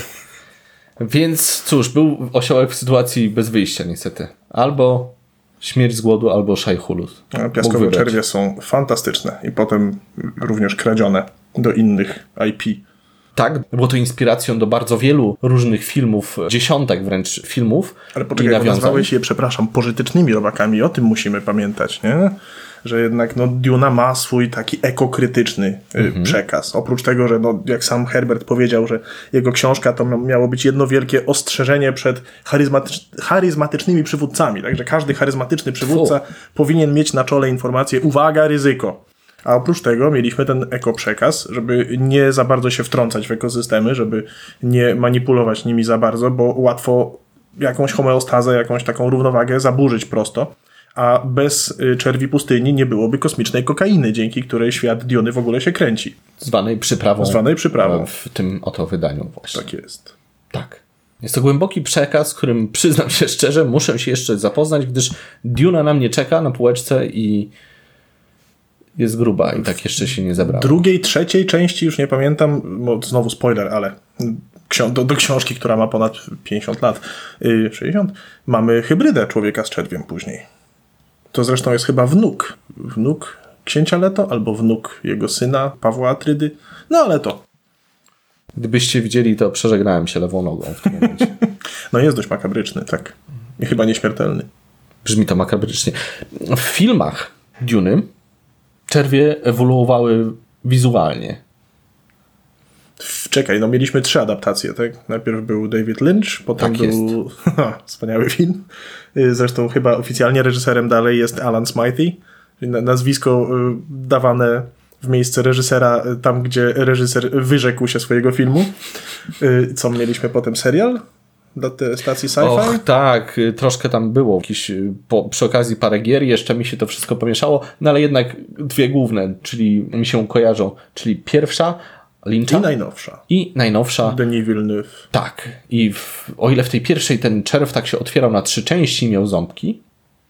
Speaker 1: Więc cóż, był osiołek w sytuacji bez wyjścia niestety. Albo śmierć z głodu, albo Shai-Hulud.
Speaker 2: Piaskowe czerwie są fantastyczne i potem również kradzione do innych IP.
Speaker 1: Tak, było to inspiracją do bardzo wielu różnych filmów, dziesiątek wręcz filmów.
Speaker 2: Ale poczekaj, nazwałeś je, pożytecznymi robakami. O tym musimy pamiętać, nie? Że jednak Duna ma swój taki ekokrytyczny przekaz. Oprócz tego, że jak sam Herbert powiedział, że jego książka to miało być jedno wielkie ostrzeżenie przed charyzmatycznymi przywódcami. Także każdy charyzmatyczny przywódca powinien mieć na czole informację: uwaga, ryzyko. A oprócz tego mieliśmy ten ekoprzekaz, żeby nie za bardzo się wtrącać w ekosystemy, żeby nie manipulować nimi za bardzo, bo łatwo jakąś homeostazę, jakąś taką równowagę zaburzyć prosto. A bez czerwi pustyni nie byłoby kosmicznej kokainy, dzięki której świat Duny w ogóle się kręci.
Speaker 1: Zwanej przyprawą. W tym oto wydaniu właśnie.
Speaker 2: Tak jest.
Speaker 1: Tak. Jest to głęboki przekaz, którym przyznam się szczerze, muszę się jeszcze zapoznać, gdyż Duna na mnie czeka na półeczce i jest gruba i tak jeszcze się nie zebrała.
Speaker 2: Drugiej, trzeciej części już nie pamiętam, bo znowu spoiler, ale do książki, która ma ponad 50 lat, 60, mamy hybrydę człowieka z czerwiem później. To zresztą jest chyba wnuk księcia Leto, albo wnuk jego syna, Pawła Atrydy. No ale to.
Speaker 1: Gdybyście widzieli, to przeżegnałem się lewą nogą w tym momencie.
Speaker 2: Jest dość makabryczny, tak. I chyba nieśmiertelny.
Speaker 1: Brzmi to makabrycznie. W filmach Duny czerwie ewoluowały wizualnie.
Speaker 2: Czekaj, mieliśmy 3 adaptacje, tak? Najpierw był David Lynch, potem był wspaniały film. Zresztą chyba oficjalnie reżyserem dalej jest Alan Smythe. Nazwisko dawane w miejsce reżysera tam, gdzie reżyser wyrzekł się swojego filmu. Co mieliśmy potem? Serial? Do tej stacji Sci-Fi?
Speaker 1: Och, tak, troszkę tam było. Przy okazji parę gier, jeszcze mi się to wszystko pomieszało, ale jednak 2 główne, czyli mi się kojarzą, czyli pierwsza Lyncha i najnowsza
Speaker 2: Denis Villeneuve.
Speaker 1: Tak. I o ile w tej pierwszej ten czerw tak się otwierał na 3 części i miał ząbki,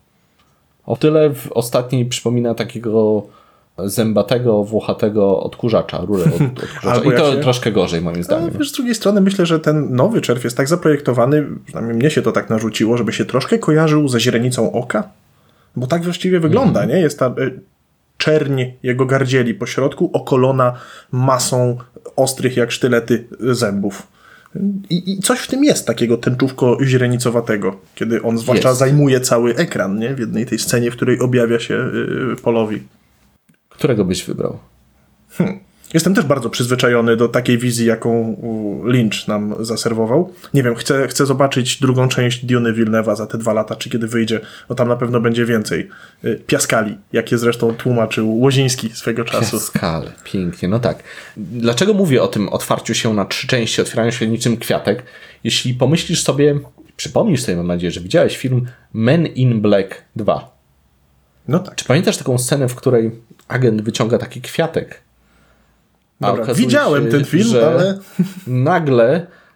Speaker 1: o tyle w ostatniej przypomina takiego zębatego, włochatego odkurzacza, rurę odkurzacza. I to troszkę gorzej moim zdaniem.
Speaker 2: Ale z drugiej strony myślę, że ten nowy czerw jest tak zaprojektowany, przynajmniej mnie się to tak narzuciło, żeby się troszkę kojarzył ze źrenicą oka. Bo tak właściwie wygląda, nie? Jest ta czerń jego gardzieli po środku, okolona masą ostrych jak sztylety zębów. I coś w tym jest takiego tęczówko-źrenicowatego, kiedy on zwłaszcza zajmuje cały ekran, nie? W jednej tej scenie, w której objawia się Polowi.
Speaker 1: Którego byś wybrał?
Speaker 2: Jestem też bardzo przyzwyczajony do takiej wizji, jaką Lynch nam zaserwował. Nie wiem, chcę zobaczyć drugą część Duny Villeneuve'a za te 2 lata, czy kiedy wyjdzie, bo tam na pewno będzie więcej piaskali, jakie zresztą tłumaczył Łoziński swego czasu.
Speaker 1: Piaskale, pięknie, no tak. Dlaczego mówię o tym otwarciu się na 3 części, otwieraniu się niczym kwiatek? Jeśli pomyślisz sobie, przypomnisz sobie, mam nadzieję, że widziałeś film Men in Black 2.
Speaker 2: No tak.
Speaker 1: Czy pamiętasz taką scenę, w której agent wyciąga taki kwiatek?
Speaker 2: Dobra, widziałem ten film, ale...
Speaker 1: nagle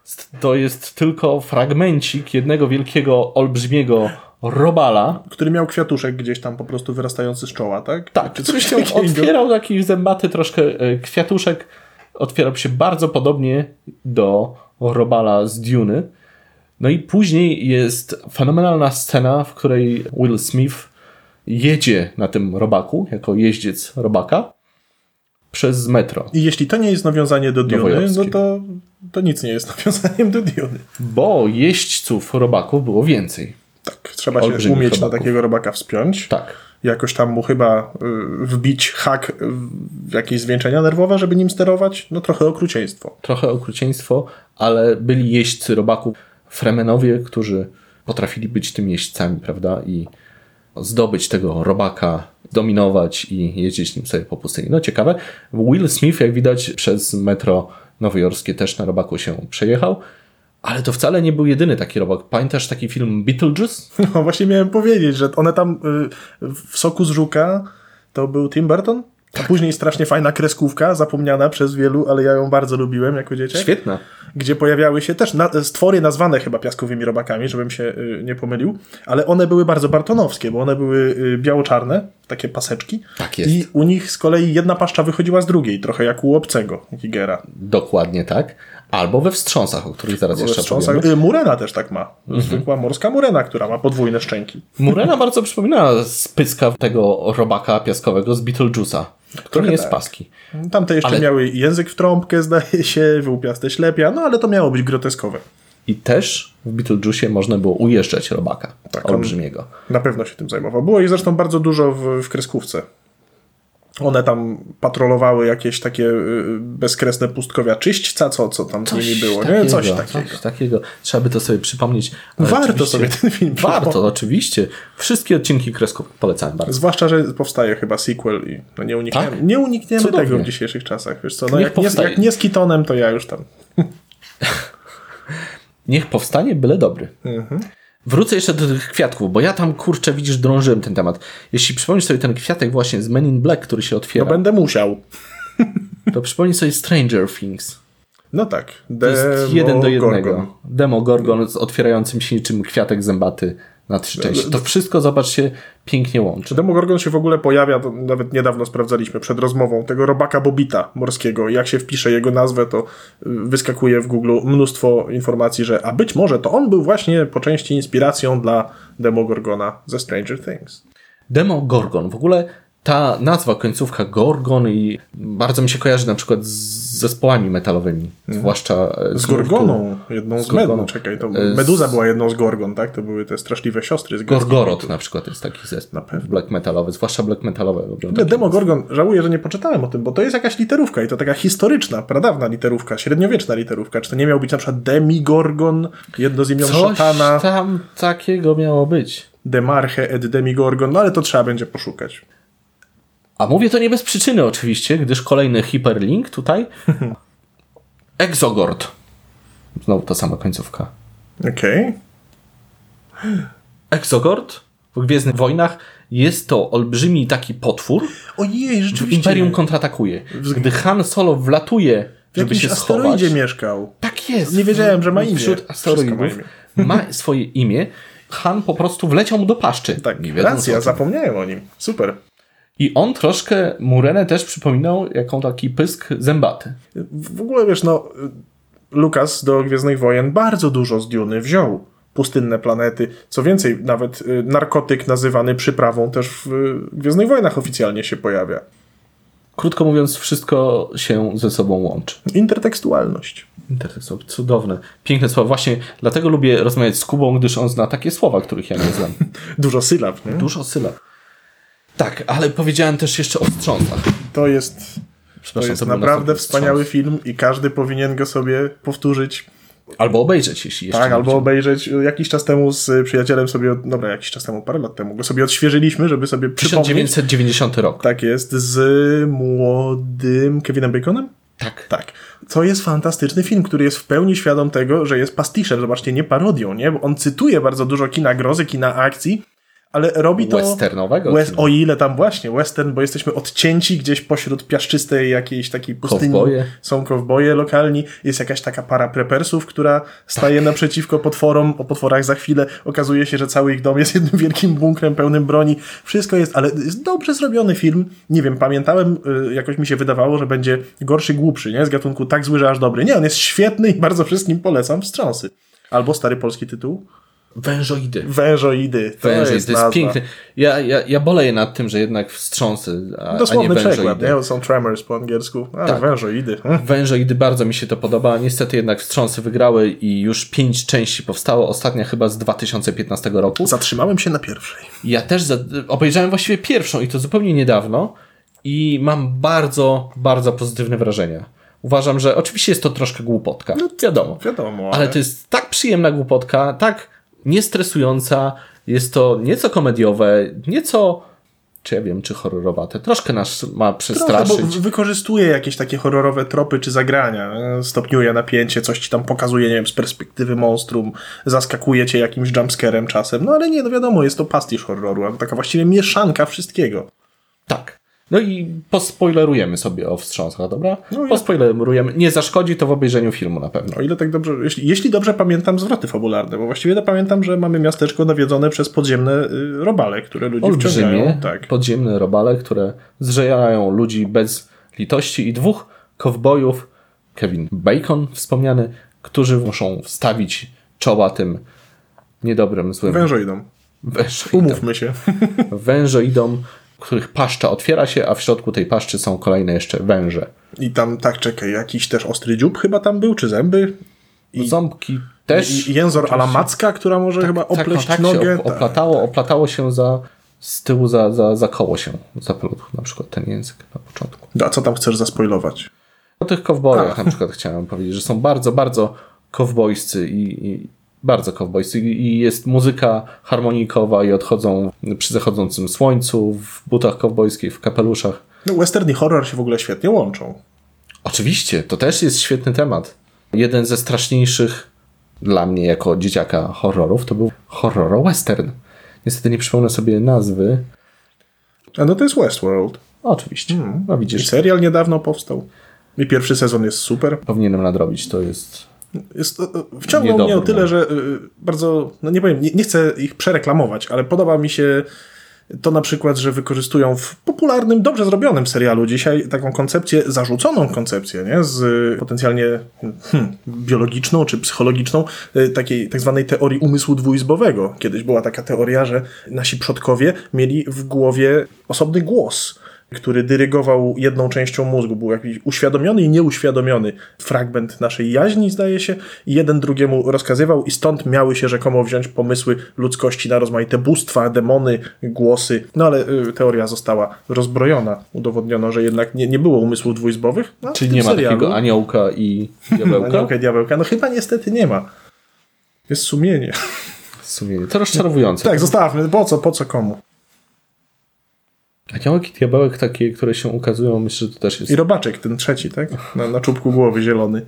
Speaker 1: to jest tylko fragmencik jednego wielkiego, olbrzymiego robala.
Speaker 2: Który miał kwiatuszek gdzieś tam po prostu wyrastający z czoła, tak?
Speaker 1: Tak, który się otwierał, taki zębaty troszkę kwiatuszek. Otwierał się bardzo podobnie do robala z Duny. No i później jest fenomenalna scena, w której Will Smith jedzie na tym robaku, jako jeździec robaka, przez metro.
Speaker 2: I jeśli to nie jest nawiązanie do Duny, no to nic nie jest nawiązaniem do Duny.
Speaker 1: Bo jeźdźców robaków było więcej.
Speaker 2: Tak, trzeba się umieć na takiego robaka wspiąć.
Speaker 1: Tak.
Speaker 2: Jakoś tam mu chyba wbić hak w jakieś zwieńczenia nerwowe, żeby nim sterować. No trochę okrucieństwo.
Speaker 1: Trochę okrucieństwo, ale byli jeźdźcy robaków, Fremenowie, którzy potrafili być tym jeźdźcami, prawda? I zdobyć tego robaka, dominować i jeździć nim sobie po pustyni. No ciekawe. Will Smith, jak widać, przez metro nowojorskie też na robaku się przejechał. Ale to wcale nie był jedyny taki robak. Pamiętasz taki film Beetlejuice?
Speaker 2: No właśnie miałem powiedzieć, że one tam w Soku z Żuka to był Tim Burton. Tak. Później strasznie fajna kreskówka, zapomniana przez wielu, ale ja ją bardzo lubiłem jako dzieciak.
Speaker 1: Świetna.
Speaker 2: Gdzie pojawiały się też stwory nazwane chyba piaskowymi robakami, żebym się nie pomylił, ale one były bardzo bartonowskie, bo one były biało-czarne, takie paseczki.
Speaker 1: Tak jest.
Speaker 2: I u nich z kolei jedna paszcza wychodziła z drugiej, trochę jak u obcego Gigera.
Speaker 1: Dokładnie tak. Albo we wstrząsach, o których zaraz jeszcze powiemy.
Speaker 2: Murena też tak ma. Zwykła morska murena, która ma podwójne szczęki.
Speaker 1: Murena bardzo przypomina spyska tego robaka piaskowego z Beetlejuice'a. To nie jest paski.
Speaker 2: Tamte jeszcze miały język w trąbkę, zdaje się, wyłupiaste ślepia, no ale to miało być groteskowe.
Speaker 1: I też w Beetlejuice'ie można było ujeżdżać robaka. Tak, olbrzymiego.
Speaker 2: Na pewno się tym zajmował. Było ich zresztą bardzo dużo w kreskówce. One tam patrolowały jakieś takie bezkresne pustkowia czyśćca, co tam z nimi było.
Speaker 1: Takiego,
Speaker 2: nie? Coś
Speaker 1: takiego. Trzeba by to sobie przypomnieć.
Speaker 2: Warto sobie ten film
Speaker 1: Warto, oczywiście. Wszystkie odcinki kreskówek polecam bardzo.
Speaker 2: Zwłaszcza, że powstaje chyba sequel i no nie unikniemy tego w dzisiejszych czasach. Wiesz co? No jak nie z Keatonem, to ja już tam...
Speaker 1: Niech powstanie, byle dobry. Wrócę jeszcze do tych kwiatków, bo ja tam, kurczę, widzisz, drążyłem ten temat. Jeśli przypomnisz sobie ten kwiatek właśnie z Men in Black, który się otwiera...
Speaker 2: No będę musiał.
Speaker 1: To przypomnij sobie Stranger Things.
Speaker 2: No tak.
Speaker 1: To jest 1 do 1. Demogorgon z otwierającym się niczym kwiatek zębaty na 3 części. To wszystko, zobaczcie, pięknie łączy.
Speaker 2: Demogorgon się w ogóle pojawia, to nawet niedawno sprawdzaliśmy przed rozmową, tego robaka Bobita morskiego. Jak się wpisze jego nazwę, to wyskakuje w Google mnóstwo informacji, że a być może to on był właśnie po części inspiracją dla Demogorgona ze Stranger Things.
Speaker 1: Demogorgon. W ogóle ta nazwa, końcówka Gorgon i bardzo mi się kojarzy na przykład z zespołami metalowymi. Zwłaszcza
Speaker 2: z Gorgoną, jedną z Medus. Czekaj, to Meduza była jedną z Gorgon, tak? To były te straszliwe siostry z
Speaker 1: Gorgoroth na przykład jest taki zespół black metalowy, zwłaszcza black metalowy.
Speaker 2: Demogorgon, żałuję, że nie poczytałem o tym, bo to jest jakaś literówka i to taka historyczna, pradawna literówka, średniowieczna literówka. Czy to nie miał być na przykład Demigorgon, jedno z imion szatana?
Speaker 1: Coś tam takiego miało być.
Speaker 2: Demarche et Demigorgon, no ale to trzeba będzie poszukać.
Speaker 1: A mówię to nie bez przyczyny oczywiście, gdyż kolejny hiperlink tutaj. Exogord. Znowu ta sama końcówka.
Speaker 2: Okej.
Speaker 1: Exogord w Gwiezdnych Wojnach jest to olbrzymi taki potwór.
Speaker 2: Ojej, rzeczywiście.
Speaker 1: Imperium kontratakuje. Gdy Han Solo wlatuje, żeby się schować. W
Speaker 2: asteroidzie mieszkał.
Speaker 1: Tak jest.
Speaker 2: Nie wiedziałem, że ma imię.
Speaker 1: Wśród asteroidów ma swoje imię. Han po prostu wleciał mu do paszczy.
Speaker 2: Tak, racja, zapomniałem o nim. Super.
Speaker 1: I on troszkę Murenę też przypominał jaką taki pysk zębaty.
Speaker 2: W ogóle wiesz, Lucas do Gwiezdnych Wojen bardzo dużo z Duny wziął. Pustynne planety. Co więcej, nawet narkotyk nazywany przyprawą też w Gwiezdnych Wojnach oficjalnie się pojawia.
Speaker 1: Krótko mówiąc, wszystko się ze sobą łączy.
Speaker 2: Intertekstualność.
Speaker 1: Cudowne. Piękne słowa. Właśnie dlatego lubię rozmawiać z Kubą, gdyż on zna takie słowa, których ja nie znam.
Speaker 2: Dużo sylab, nie?
Speaker 1: Dużo sylab. Tak, ale powiedziałem też jeszcze o wstrząsach.
Speaker 2: To jest naprawdę wspaniały film i każdy powinien go sobie powtórzyć.
Speaker 1: Albo obejrzeć, jeśli jeszcze
Speaker 2: tak, albo obejrzeć. Jakiś czas temu z przyjacielem sobie, parę lat temu go sobie odświeżyliśmy, żeby sobie przypomnieć.
Speaker 1: 1990 rok.
Speaker 2: Tak jest, z młodym Kevinem Baconem? Tak. To jest fantastyczny film, który jest w pełni świadom tego, że jest pastiszem, zobaczcie, nie parodią, nie? Bo on cytuje bardzo dużo kina grozy, kina akcji, Ale robi to...
Speaker 1: Westernowego.
Speaker 2: O ile tam właśnie, western, bo jesteśmy odcięci gdzieś pośród piaszczystej jakiejś takiej pustyni.
Speaker 1: Kowboje.
Speaker 2: Są kowboje lokalni. Jest jakaś taka para prepersów, która staje naprzeciwko potworom. O potworach za chwilę. Okazuje się, że cały ich dom jest jednym wielkim bunkrem pełnym broni. Wszystko jest, ale jest dobrze zrobiony film. Nie wiem, pamiętałem, jakoś mi się wydawało, że będzie gorszy, głupszy, nie? Z gatunku tak zły, że aż dobry. Nie, on jest świetny i bardzo wszystkim polecam. Wstrząsy. Albo stary polski tytuł.
Speaker 1: Wężoidy.
Speaker 2: Wężoidy. To jest
Speaker 1: piękne. Ja boleję nad tym, że jednak wstrząsy,
Speaker 2: dosłowny
Speaker 1: a nie wężoidy.
Speaker 2: przekład, nie? Są tremors po angielsku.
Speaker 1: Tak.
Speaker 2: Wężoidy.
Speaker 1: Wężoidy bardzo mi się to podoba. Niestety jednak wstrząsy wygrały i już 5 części powstało. Ostatnia chyba z 2015 roku.
Speaker 2: Zatrzymałem się na pierwszej.
Speaker 1: Ja też obejrzałem właściwie pierwszą i to zupełnie niedawno i mam bardzo, bardzo pozytywne wrażenia. Uważam, że oczywiście jest to troszkę głupotka. No,
Speaker 2: Wiadomo.
Speaker 1: Ale to jest tak przyjemna głupotka, tak niestresująca, jest to nieco komediowe, nieco, czy ja wiem, czy horrorowate. Troszkę nas ma przestraszyć.
Speaker 2: Trochę, bo wykorzystuje jakieś takie horrorowe tropy czy zagrania. Stopniuje napięcie, coś ci tam pokazuje, nie wiem, z perspektywy monstrum, zaskakuje cię jakimś jumpscarem czasem. No ale nie, no wiadomo, jest to pastisz horroru, ale taka właściwie mieszanka wszystkiego.
Speaker 1: Tak. No i pospoilerujemy sobie o wstrząsach, dobra?
Speaker 2: No
Speaker 1: pospoilerujemy. Nie zaszkodzi to w obejrzeniu filmu na pewno.
Speaker 2: O ile tak dobrze, jeśli dobrze pamiętam zwroty fabularne, bo właściwie to pamiętam, że mamy miasteczko nawiedzone przez podziemne robale, które ludzi wciągają. Tak.
Speaker 1: Podziemne robale, które zżerają ludzi bez litości i 2 kowbojów, Kevin Bacon wspomniany, którzy muszą wstawić czoła tym niedobrym, złym
Speaker 2: Wężoidom. Umówmy się.
Speaker 1: Wężoidom, których paszcza otwiera się, a w środku tej paszczy są kolejne jeszcze węże.
Speaker 2: I tam, tak, czekaj, jakiś też ostry dziób chyba tam był, czy zęby?
Speaker 1: Ząbki też.
Speaker 2: I jęzor a la macka, która może chyba opleść nogę.
Speaker 1: Oplatało się z tyłu za koło się zaplótł na przykład ten język na początku.
Speaker 2: A co tam chcesz zaspoilować?
Speaker 1: O tych kowbojach na przykład chciałem powiedzieć, że są bardzo, bardzo kowbojscy i bardzo kowbojscy i jest muzyka harmonijkowa i odchodzą przy zachodzącym słońcu w butach kowbojskich, w kapeluszach.
Speaker 2: No, western i horror się w ogóle świetnie łączą.
Speaker 1: Oczywiście, to też jest świetny temat. Jeden ze straszniejszych dla mnie jako dzieciaka horrorów to był horror-western. Niestety nie przypomnę sobie nazwy.
Speaker 2: A no to jest Westworld.
Speaker 1: Oczywiście. No widzisz.
Speaker 2: I serial niedawno powstał. I pierwszy sezon jest super.
Speaker 1: Powinienem nadrobić, to jest...
Speaker 2: Wciągnął mnie o tyle, że bardzo, no nie powiem, nie chcę ich przereklamować, ale podoba mi się to na przykład, że wykorzystują w popularnym, dobrze zrobionym serialu dzisiaj taką koncepcję, zarzuconą koncepcję, nie? Z potencjalnie biologiczną czy psychologiczną, takiej tak zwanej teorii umysłu dwuizbowego. Kiedyś była taka teoria, że nasi przodkowie mieli w głowie osobny głos, który dyrygował jedną częścią mózgu. Był jakiś uświadomiony i nieuświadomiony fragment naszej jaźni, zdaje się, i jeden drugiemu rozkazywał i stąd miały się rzekomo wziąć pomysły ludzkości na rozmaite bóstwa, demony, głosy. No ale teoria została rozbrojona. Udowodniono, że jednak nie było umysłów dwuizbowych. No,
Speaker 1: czyli nie ma takiego aniołka i diabełka?
Speaker 2: Aniołka i diabełka. No chyba niestety nie ma. Jest sumienie.
Speaker 1: Sumienie. To rozczarowujące.
Speaker 2: Tak, zostawmy. Po co komu?
Speaker 1: Aniołek i diabełek takie, które się ukazują, myślę, że to też jest...
Speaker 2: I robaczek, ten trzeci, tak? Na czubku głowy, zielony.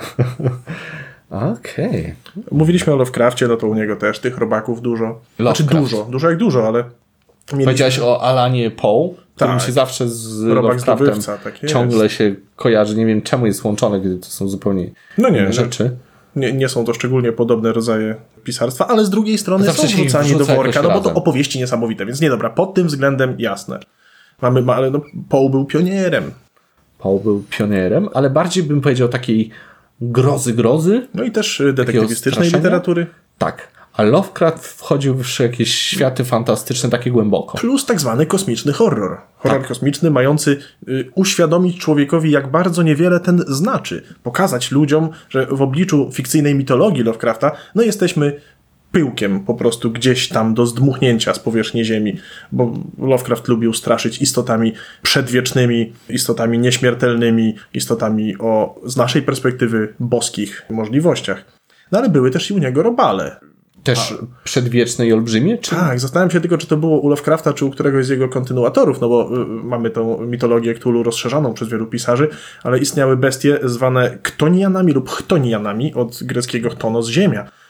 Speaker 1: Okej.
Speaker 2: Mówiliśmy o Lovecrafcie, no to u niego też tych robaków dużo. Znaczy dużo jak dużo, ale...
Speaker 1: Powiedziałeś o Alanie Poe, którym się zawsze z Lovecraftem
Speaker 2: tak
Speaker 1: ciągle się kojarzy. Nie wiem, czemu jest łączone, gdy to są zupełnie inne rzeczy.
Speaker 2: Nie są to szczególnie podobne rodzaje pisarstwa, ale z drugiej strony
Speaker 1: zawsze
Speaker 2: są wrzucani do worka, no bo to
Speaker 1: razem.
Speaker 2: opowieści niesamowite, więc nie dobra, pod tym względem jasne. Ale no, Poe był pionierem.
Speaker 1: Poe był pionierem, ale bardziej bym powiedział takiej grozy.
Speaker 2: No i też detektywistycznej literatury.
Speaker 1: Tak. A Lovecraft wchodził w jakieś światy fantastyczne, takie głęboko.
Speaker 2: Plus tak zwany kosmiczny horror. Horror kosmiczny mający uświadomić człowiekowi, jak bardzo niewiele ten znaczy. Pokazać ludziom, że w obliczu fikcyjnej mitologii Lovecrafta, no jesteśmy pyłkiem po prostu gdzieś tam do zdmuchnięcia z powierzchni ziemi, bo Lovecraft lubił straszyć istotami przedwiecznymi, istotami nieśmiertelnymi, istotami o, z naszej perspektywy, boskich możliwościach. No ale były też i u niego robale.
Speaker 1: Też przedwieczne i olbrzymie? Czy...
Speaker 2: Tak, zastanawiam się tylko, czy to było u Lovecrafta, czy u któregoś z jego kontynuatorów, no bo mamy tą mitologię Cthulhu rozszerzaną przez wielu pisarzy, ale istniały bestie zwane ktonianami lub chtonianami, od greckiego chtonos, ziemia,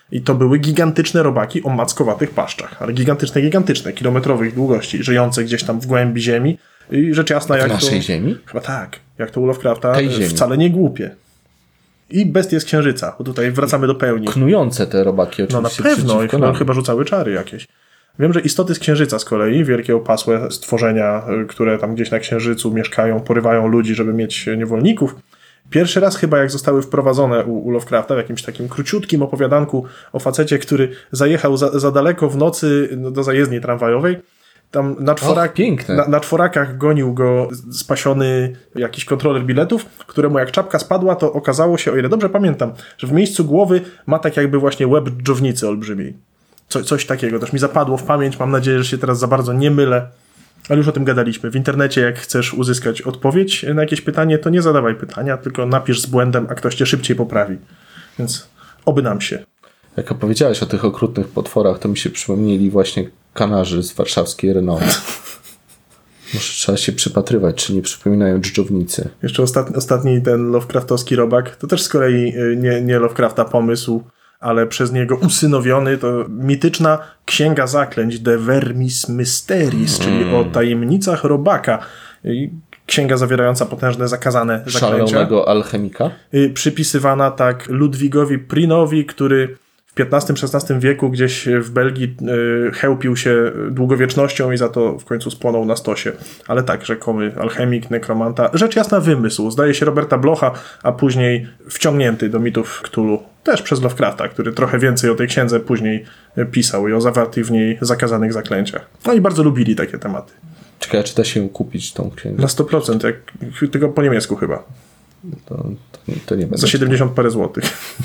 Speaker 2: I to były gigantyczne robaki o mackowatych paszczach, ale gigantyczne, kilometrowych długości, żyjące gdzieś tam w głębi ziemi. I rzecz jasna, jak
Speaker 1: naszej ziemi?
Speaker 2: Chyba tak, jak to u Lovecrafta,
Speaker 1: Tej ziemi.
Speaker 2: wcale nie głupie. I bestie z Księżyca, bo tutaj wracamy do pełni.
Speaker 1: Knujące te robaki oczywiście.
Speaker 2: No na pewno, chyba rzucały czary jakieś. Wiem, że istoty z Księżyca z kolei, wielkie opasłe stworzenia, które tam gdzieś na Księżycu mieszkają, porywają ludzi, żeby mieć niewolników. Pierwszy raz chyba jak zostały wprowadzone u Lovecrafta w jakimś takim króciutkim opowiadanku o facecie, który zajechał za daleko w nocy do zajezdni tramwajowej. Tam na czworakach gonił go spasiony jakiś kontroler biletów, któremu jak czapka spadła, to okazało się, o ile dobrze pamiętam, że w miejscu głowy ma tak jakby właśnie łeb dżownicy olbrzymiej. Coś takiego też mi zapadło w pamięć, mam nadzieję, że się teraz za bardzo nie mylę, ale już o tym gadaliśmy. W internecie jak chcesz uzyskać odpowiedź na jakieś pytanie, to nie zadawaj pytania, tylko napisz z błędem, a ktoś cię szybciej poprawi. Więc oby nam się.
Speaker 1: Jak opowiedziałeś o tych okrutnych potworach, to mi się przypomnieli właśnie kanarzy z warszawskiej renomy. Może trzeba się przypatrywać, czy nie przypominają dżdżownicy.
Speaker 2: Jeszcze ostatni ten Lovecraftowski robak, to też z kolei nie Lovecrafta pomysł, ale przez niego usynowiony, to mityczna Księga Zaklęć De Vermis Mysteris, czyli o tajemnicach robaka. Księga zawierająca potężne, zakazane zaklęcia.
Speaker 1: Szalonego alchemika?
Speaker 2: Przypisywana tak Ludwigowi Prinowi, który w XV-XVI wieku gdzieś w Belgii chełpił się długowiecznością i za to w końcu spłonął na stosie. Ale tak, rzekomy alchemik, nekromanta. Rzecz jasna wymysł. Zdaje się Roberta Blocha, a później wciągnięty do mitów Cthulhu. Też przez Lovecrafta, który trochę więcej o tej księdze później pisał i o zawartych w niej zakazanych zaklęciach. No i bardzo lubili takie tematy.
Speaker 1: Ciekawe, czy da się kupić tą księgę?
Speaker 2: Na 100%, tylko po niemiecku chyba.
Speaker 1: To nie będzie.
Speaker 2: Za 70 parę złotych.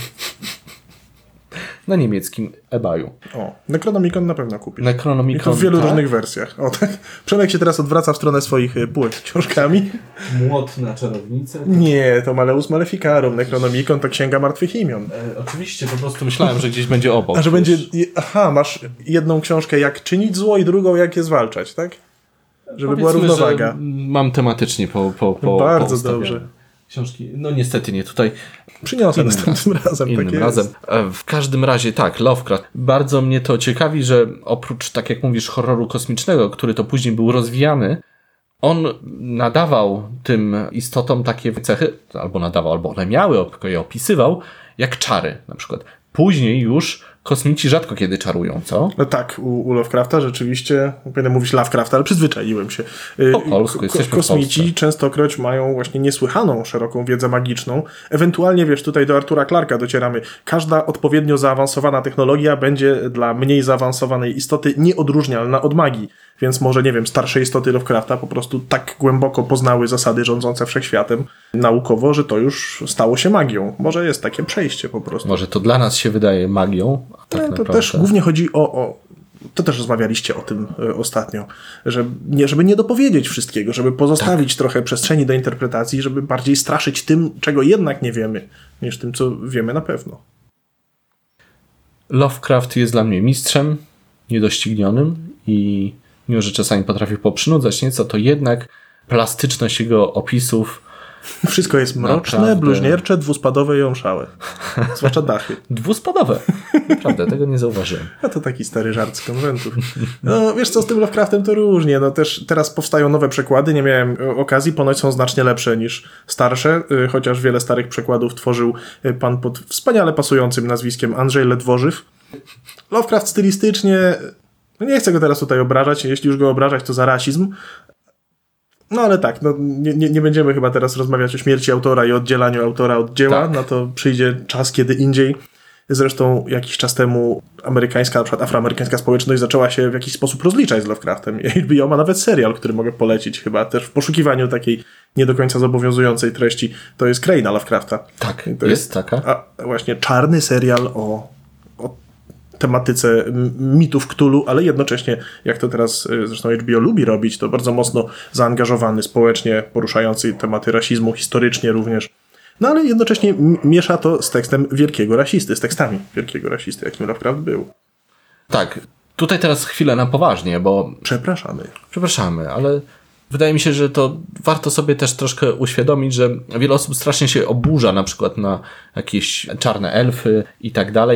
Speaker 1: Na niemieckim eBayu.
Speaker 2: O, Necronomicon na pewno kupisz.
Speaker 1: Necronomicon,
Speaker 2: i to w wielu różnych wersjach. O, tak. Przemek się teraz odwraca w stronę swoich półek z książkami.
Speaker 1: Młot na czarownicę?
Speaker 2: Nie, to Malleus Maleficarum. Necronomicon to Księga Martwych Imion.
Speaker 1: Oczywiście, po prostu myślałem, że gdzieś będzie obok.
Speaker 2: A że będzie... Aha, masz jedną książkę jak czynić zło i drugą jak je zwalczać, tak? Żeby była równowaga.
Speaker 1: Że mam tematycznie
Speaker 2: Bardzo dobrze.
Speaker 1: Książki, no niestety nie tutaj.
Speaker 2: Przyniosę następnym razem.
Speaker 1: Innym razem. W każdym razie tak, Lovecraft. Bardzo mnie to ciekawi, że oprócz, tak jak mówisz, horroru kosmicznego, który to później był rozwijany, on nadawał tym istotom takie cechy, albo one miały, je opisywał, jak czary na przykład. Później już kosmici rzadko kiedy czarują, co?
Speaker 2: No tak, u Lovecrafta rzeczywiście, powinienem mówić Lovecrafta, ale przyzwyczaiłem się.
Speaker 1: Po polsku, jesteśmy
Speaker 2: kosmici
Speaker 1: w Polsce.
Speaker 2: częstokroć mają właśnie niesłychaną, szeroką wiedzę magiczną. Ewentualnie, wiesz, tutaj do Artura Clarka docieramy. Każda odpowiednio zaawansowana technologia będzie dla mniej zaawansowanej istoty nieodróżnialna od magii. Więc może, nie wiem, starsze istoty Lovecrafta po prostu tak głęboko poznały zasady rządzące wszechświatem naukowo, że to już stało się magią. Może jest takie przejście po prostu.
Speaker 1: Może to dla nas się wydaje magią, a tak
Speaker 2: to
Speaker 1: naprawdę...
Speaker 2: też głównie chodzi o to też rozmawialiście o tym ostatnio, żeby nie dopowiedzieć wszystkiego, żeby pozostawić trochę przestrzeni do interpretacji, żeby bardziej straszyć tym, czego jednak nie wiemy, niż tym, co wiemy na pewno.
Speaker 1: Lovecraft jest dla mnie mistrzem niedoścignionym i mimo, że czasami potrafił poprzynudzać nieco, to jednak plastyczność jego opisów
Speaker 2: wszystko jest mroczne, naprawdę... bluźniercze, dwuspadowe i omszałe. Zwłaszcza dachy.
Speaker 1: Dwuspadowe. Naprawdę, tego nie zauważyłem.
Speaker 2: A to taki stary żart z konwentów. No wiesz co, z tym Lovecraftem to różnie. No też teraz powstają nowe przekłady, nie miałem okazji, ponoć są znacznie lepsze niż starsze, chociaż wiele starych przekładów tworzył pan pod wspaniale pasującym nazwiskiem Andrzej Ledworzyw. Lovecraft stylistycznie, no nie chcę go teraz tutaj obrażać, jeśli już go obrażać, to za rasizm. No ale tak, no, nie będziemy chyba teraz rozmawiać o śmierci autora i oddzielaniu autora od dzieła, tak. Na to przyjdzie czas kiedy indziej. Zresztą jakiś czas temu amerykańska, na przykład afroamerykańska społeczność zaczęła się w jakiś sposób rozliczać z Lovecraftem. HBO ma nawet serial, który mogę polecić chyba też w poszukiwaniu takiej nie do końca zobowiązującej treści. To jest Kraina Lovecrafta.
Speaker 1: Tak,
Speaker 2: to
Speaker 1: jest taka.
Speaker 2: A właśnie czarny serial o tematyce mitów Cthulhu, ale jednocześnie, jak to teraz zresztą HBO lubi robić, to bardzo mocno zaangażowany społecznie, poruszający tematy rasizmu, historycznie również. No ale jednocześnie miesza to z tekstem wielkiego rasisty, z tekstami wielkiego rasisty, jakim Lovecraft był.
Speaker 1: Tak, tutaj teraz chwilę na poważnie, bo... Przepraszamy, ale wydaje mi się, że to warto sobie też troszkę uświadomić, że wiele osób strasznie się oburza na przykład na jakieś czarne elfy i tak dalej.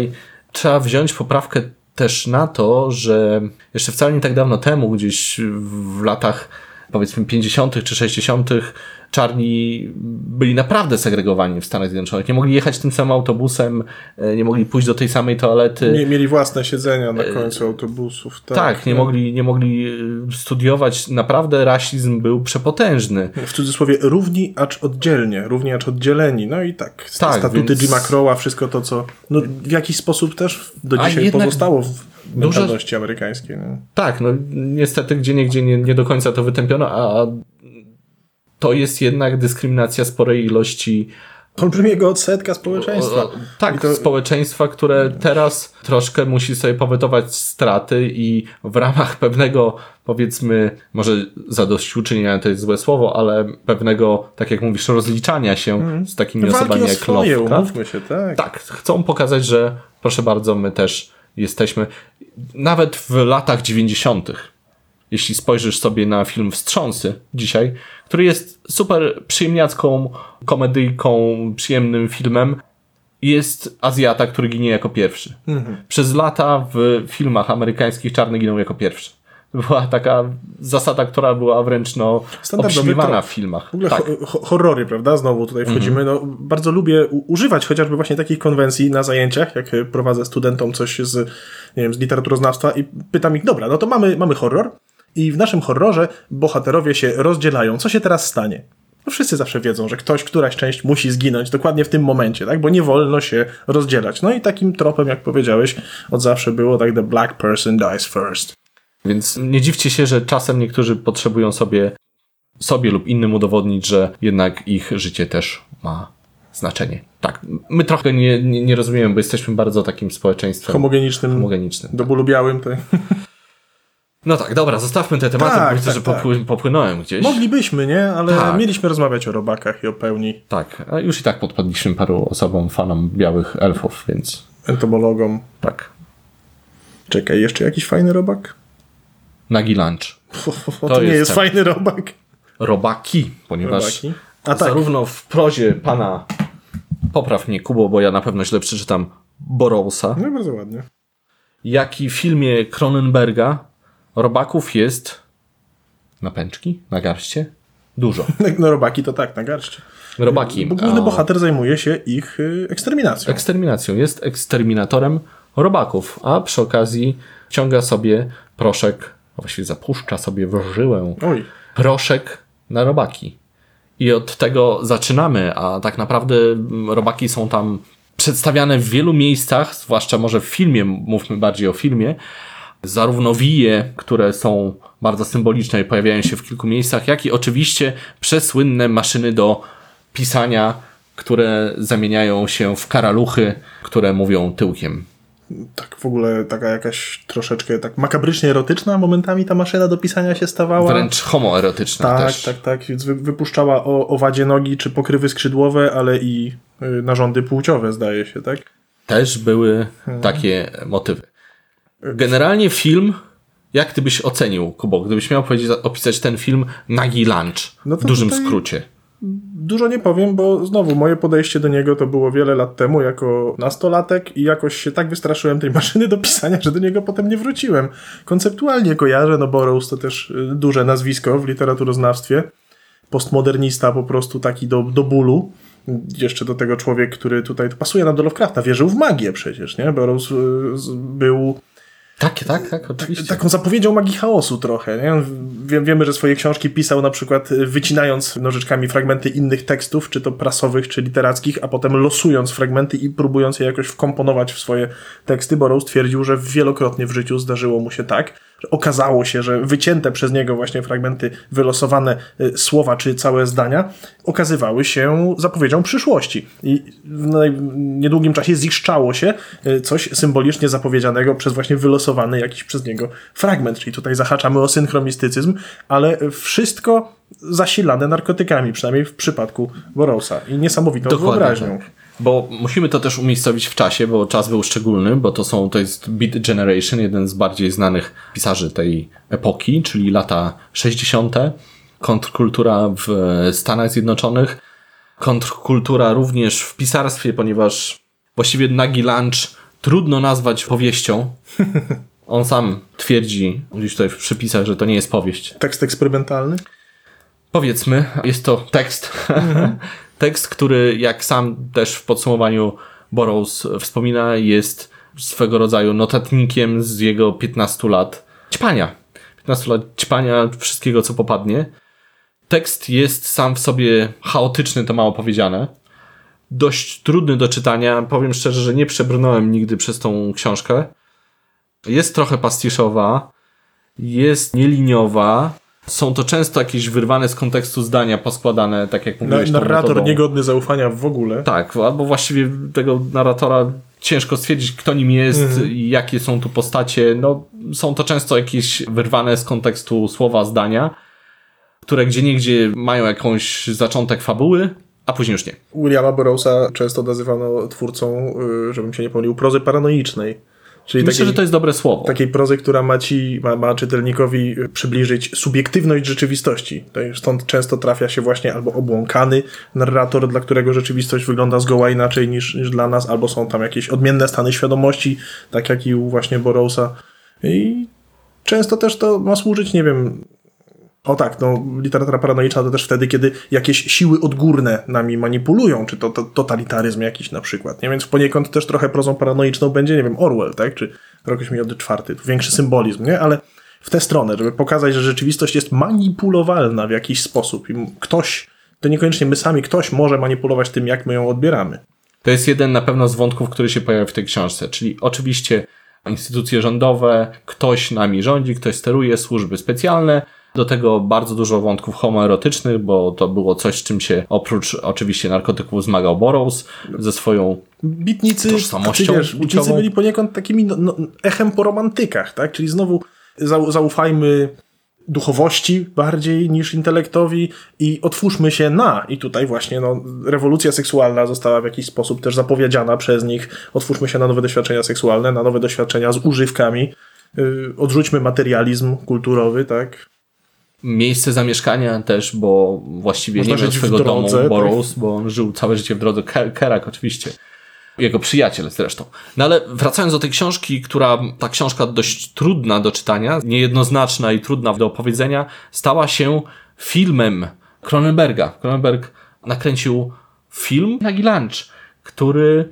Speaker 1: trzeba wziąć poprawkę też na to, że jeszcze wcale nie tak dawno temu, gdzieś w latach powiedzmy 50. czy 60. czarni byli naprawdę segregowani w Stanach Zjednoczonych. Nie mogli jechać tym samym autobusem, nie mogli pójść do tej samej toalety.
Speaker 2: Mieli własne siedzenia na końcu autobusów.
Speaker 1: Tak, nie mogli studiować. Naprawdę rasizm był przepotężny.
Speaker 2: W cudzysłowie równi acz oddzieleni. No i tak, statuty Jima Crowa, wszystko to, co w jakiś sposób też do dzisiaj pozostało w mentalności amerykańskiej. No.
Speaker 1: Tak, niestety gdzieniegdzie nie do końca to wytępiono, a to jest jednak dyskryminacja sporej ilości
Speaker 2: olbrzymiego odsetka społeczeństwa.
Speaker 1: Społeczeństwa, które teraz troszkę musi sobie powetować straty i w ramach pewnego, powiedzmy, może zadośćuczynienia to jest złe słowo, ale pewnego, tak jak mówisz, rozliczania się z takimi osobami jak Lovecraft. Tak, chcą pokazać, że proszę bardzo, my też jesteśmy, nawet w latach 90. Jeśli spojrzysz sobie na film Wstrząsy dzisiaj, który jest super przyjemniacką komedyjką, przyjemnym filmem, jest Azjata, który ginie jako pierwszy. Przez lata w filmach amerykańskich czarny giną jako pierwszy. To była taka zasada, która była wręcz obśmiewana w filmach.
Speaker 2: W ogóle horrory, prawda? Znowu tutaj wchodzimy. Bardzo lubię używać chociażby właśnie takich konwencji na zajęciach, jak prowadzę studentom coś z literaturoznawstwa i pytam ich, dobra, no to mamy horror i w naszym horrorze bohaterowie się rozdzielają. Co się teraz stanie? No wszyscy zawsze wiedzą, że któraś część musi zginąć dokładnie w tym momencie, tak? Bo nie wolno się rozdzielać. No i takim tropem, jak powiedziałeś, od zawsze było tak the black person dies first.
Speaker 1: Więc nie dziwcie się, że czasem niektórzy potrzebują sobie lub innym udowodnić, że jednak ich życie też ma znaczenie. Tak, my trochę nie rozumiemy, bo jesteśmy bardzo takim społeczeństwem homogenicznym.
Speaker 2: Do bólu białym. To...
Speaker 1: No tak, dobra, zostawmy te tematy, bo widzę, że popłynąłem gdzieś.
Speaker 2: Moglibyśmy, nie? Ale mieliśmy rozmawiać o robakach i o pełni.
Speaker 1: Tak, a już i tak podpadliśmy paru osobom, fanom białych elfów, więc...
Speaker 2: Entomologom.
Speaker 1: Tak.
Speaker 2: Czekaj, jeszcze jakiś fajny robak?
Speaker 1: Nagi lunch.
Speaker 2: To nie jest fajny robak.
Speaker 1: Robaki, ponieważ zarówno w prozie pana, popraw mnie Kubo, bo ja na pewno źle przeczytam, Burroughsa,
Speaker 2: no bardzo ładnie,
Speaker 1: jak i w filmie Cronenberga robaków jest na pęczki, na garście, dużo.
Speaker 2: No robaki to tak, na garście.
Speaker 1: Robaki.
Speaker 2: Bo główny bohater zajmuje się ich eksterminacją.
Speaker 1: Eksterminacją. Jest eksterminatorem robaków, a przy okazji ciąga sobie proszek, a właściwie zapuszcza sobie w żyłę proszek na robaki. I od tego zaczynamy, a tak naprawdę robaki są tam przedstawiane w wielu miejscach, zwłaszcza może w filmie, mówmy bardziej o filmie, zarówno wije, które są bardzo symboliczne i pojawiają się w kilku miejscach, jak i oczywiście przesłynne maszyny do pisania, które zamieniają się w karaluchy, które mówią tyłkiem.
Speaker 2: Tak w ogóle taka jakaś troszeczkę tak makabrycznie erotyczna momentami ta maszyna do pisania się stawała.
Speaker 1: Wręcz homoerotyczna też.
Speaker 2: Tak. Wypuszczała owadzie nogi czy pokrywy skrzydłowe, ale i narządy płciowe, zdaje się, tak?
Speaker 1: Też były takie motywy. Generalnie film, jak ty byś ocenił, Kubo, gdybyś miał opisać ten film Nagi Lunch w dużym skrócie?
Speaker 2: Dużo nie powiem, bo znowu moje podejście do niego to było wiele lat temu jako nastolatek i jakoś się tak wystraszyłem tej maszyny do pisania, że do niego potem nie wróciłem. Konceptualnie kojarzę, no Burroughs to też duże nazwisko w literaturoznawstwie. Postmodernista po prostu taki do bólu. Jeszcze do tego człowiek, który tutaj to pasuje nam do Lovecrafta, wierzył w magię przecież, nie? Burroughs był...
Speaker 1: Tak, oczywiście.
Speaker 2: Taką zapowiedzią magii chaosu trochę. Nie? Wiemy, że swoje książki pisał na przykład wycinając nożyczkami fragmenty innych tekstów, czy to prasowych, czy literackich, a potem losując fragmenty i próbując je jakoś wkomponować w swoje teksty. Burroughs twierdził, że wielokrotnie w życiu zdarzyło mu się tak, że okazało się, że wycięte przez niego właśnie fragmenty, wylosowane słowa, czy całe zdania, okazywały się zapowiedzią przyszłości. I w niedługim czasie ziszczało się coś symbolicznie zapowiedzianego przez właśnie wylosowany jakiś przez niego fragment. Czyli tutaj zahaczamy o synchromistycyzm, ale wszystko zasilane narkotykami, przynajmniej w przypadku Burroughsa. I niesamowitą wyobraźnią.
Speaker 1: Tak. Bo musimy to też umiejscowić w czasie, bo czas był szczególny, bo to jest Beat Generation, jeden z bardziej znanych pisarzy tej epoki, czyli lata 60. Kontrkultura w Stanach Zjednoczonych. Kontrkultura również w pisarstwie, ponieważ właściwie Nagi Lunch trudno nazwać powieścią. On sam twierdzi gdzieś tutaj w przypisach, że to nie jest powieść.
Speaker 2: Tekst eksperymentalny?
Speaker 1: Powiedzmy, jest to tekst. Tekst, który jak sam też w podsumowaniu Burroughs wspomina, jest swego rodzaju notatnikiem z jego 15 lat ćpania. 15 lat ćpania wszystkiego, co popadnie. Tekst jest sam w sobie chaotyczny, to mało powiedziane. Dość trudny do czytania. Powiem szczerze, że nie przebrnąłem nigdy przez tą książkę. Jest trochę pastiszowa, jest nieliniowa. Są to często jakieś wyrwane z kontekstu zdania, poskładane, tak jak mówiłeś.
Speaker 2: Narrator niegodny zaufania w ogóle.
Speaker 1: Tak, albo właściwie tego narratora ciężko stwierdzić, kto nim jest i jakie są tu postacie. No, są to często jakieś wyrwane z kontekstu słowa, zdania, które gdzieniegdzie mają jakąś zaczątek fabuły, a później już nie.
Speaker 2: Williama Burroughsa często nazywano twórcą, żebym się nie pomylił, prozy paranoicznej. Czyli
Speaker 1: Myślę, że to jest dobre słowo.
Speaker 2: Takiej prozy, która ma czytelnikowi przybliżyć subiektywność rzeczywistości. Stąd często trafia się właśnie albo obłąkany narrator, dla którego rzeczywistość wygląda zgoła inaczej niż dla nas, albo są tam jakieś odmienne stany świadomości, tak jak i u właśnie Burroughsa. I często też to ma służyć, nie wiem... literatura paranoiczna to też wtedy, kiedy jakieś siły odgórne nami manipulują, czy to totalitaryzm jakiś na przykład, nie? Więc poniekąd też trochę prozą paranoiczną będzie, nie wiem, Orwell, tak? Czy Rok 84, tu większy symbolizm, nie? Ale w tę stronę, żeby pokazać, że rzeczywistość jest manipulowalna w jakiś sposób i ktoś, to niekoniecznie my sami, ktoś może manipulować tym, jak my ją odbieramy.
Speaker 1: To jest jeden na pewno z wątków, który się pojawia w tej książce, czyli oczywiście instytucje rządowe, ktoś nami rządzi, ktoś steruje, służby specjalne. Do tego bardzo dużo wątków homoerotycznych, bo to było coś, z czym się oprócz oczywiście narkotyków zmagał Burroughs ze swoją tożsamością płciową.
Speaker 2: Bitnicy byli poniekąd takimi echem po romantykach, tak? Czyli znowu zaufajmy duchowości bardziej niż intelektowi i otwórzmy się i tutaj właśnie rewolucja seksualna została w jakiś sposób też zapowiedziana przez nich. Otwórzmy się na nowe doświadczenia seksualne, na nowe doświadczenia z używkami. Odrzućmy materializm kulturowy, tak?
Speaker 1: Miejsce zamieszkania też, bo właściwie
Speaker 2: Można
Speaker 1: nie miał swojego domu Burroughs, bo on żył całe życie w drodze. Kerouac oczywiście. Jego przyjaciel zresztą. No ale wracając do tej książki, ta książka dość trudna do czytania, niejednoznaczna i trudna do opowiedzenia, stała się filmem Cronenberga. Cronenberg nakręcił film Nagi Lunch, który...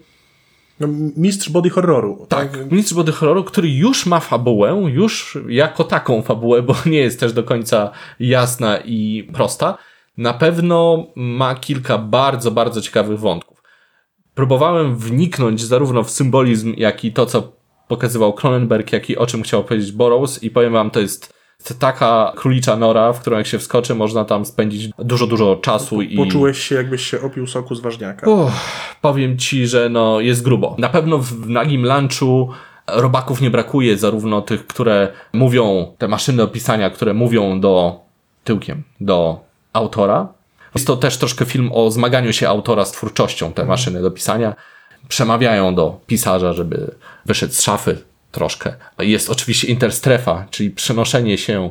Speaker 2: Mistrz body horroru.
Speaker 1: Tak, mistrz body horroru, który już ma fabułę, już jako taką fabułę, bo nie jest też do końca jasna i prosta. Na pewno ma kilka bardzo, bardzo ciekawych wątków. Próbowałem wniknąć zarówno w symbolizm, jak i to, co pokazywał Cronenberg, jak i o czym chciał powiedzieć Burroughs i powiem wam, to jest taka królicza nora, w którą jak się wskoczy, można tam spędzić dużo, dużo czasu.
Speaker 2: Poczułeś się, jakbyś się opił soku z ważniaka.
Speaker 1: Powiem ci, że jest grubo. Na pewno w Nagim Lunchu robaków nie brakuje, zarówno tych, które mówią, te maszyny do pisania, które mówią tyłkiem do autora. Jest to też troszkę film o zmaganiu się autora z twórczością, te maszyny do pisania. Przemawiają do pisarza, żeby wyszedł z szafy troszkę. Jest oczywiście interstrefa, czyli przenoszenie się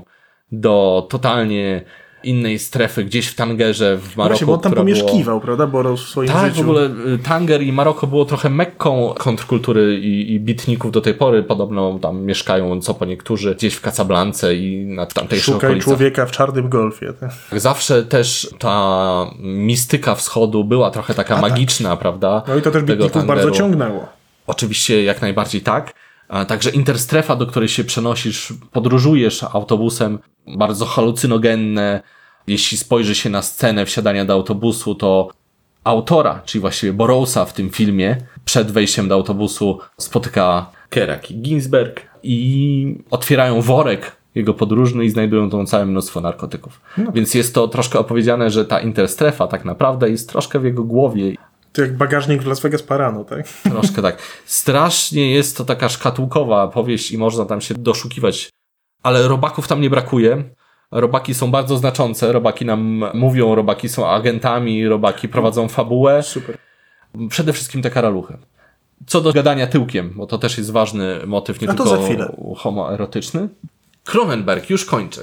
Speaker 1: do totalnie innej strefy, gdzieś w Tangerze, w Maroku.
Speaker 2: Właśnie, bo on tam pomieszkiwał, prawda? Burroughs w swoim życiu.
Speaker 1: Tak, w ogóle Tanger i Maroko było trochę mekką kontrkultury i bitników do tej pory. Podobno tam mieszkają co po niektórzy gdzieś w Casablance i na tamtejszych
Speaker 2: okolicach.
Speaker 1: Szukaj
Speaker 2: człowieka w czarnym golfie. Tak?
Speaker 1: Zawsze też ta mistyka wschodu była trochę taka magiczna, prawda?
Speaker 2: No i to też bitników bardzo ciągnęło.
Speaker 1: Oczywiście jak najbardziej tak. Także interstrefa, do której się przenosisz, podróżujesz autobusem, bardzo halucynogenne. Jeśli spojrzy się na scenę wsiadania do autobusu, to autora, czyli właściwie Burroughsa w tym filmie, przed wejściem do autobusu spotyka Kerouac i Ginsberg i otwierają worek jego podróżny i znajdują tam całe mnóstwo narkotyków. Więc jest to troszkę opowiedziane, że ta interstrefa tak naprawdę jest troszkę w jego głowie.
Speaker 2: To jak bagażnik w Las Vegas Parano, tak?
Speaker 1: Troszkę tak. Strasznie jest to taka szkatułkowa powieść i można tam się doszukiwać. Ale robaków tam nie brakuje. Robaki są bardzo znaczące. Robaki nam mówią, robaki są agentami, robaki prowadzą fabułę.
Speaker 2: Super.
Speaker 1: Przede wszystkim te karaluchy. Co do gadania tyłkiem, bo to też jest ważny motyw, nie tylko homoerotyczny. Cronenberg, już kończę.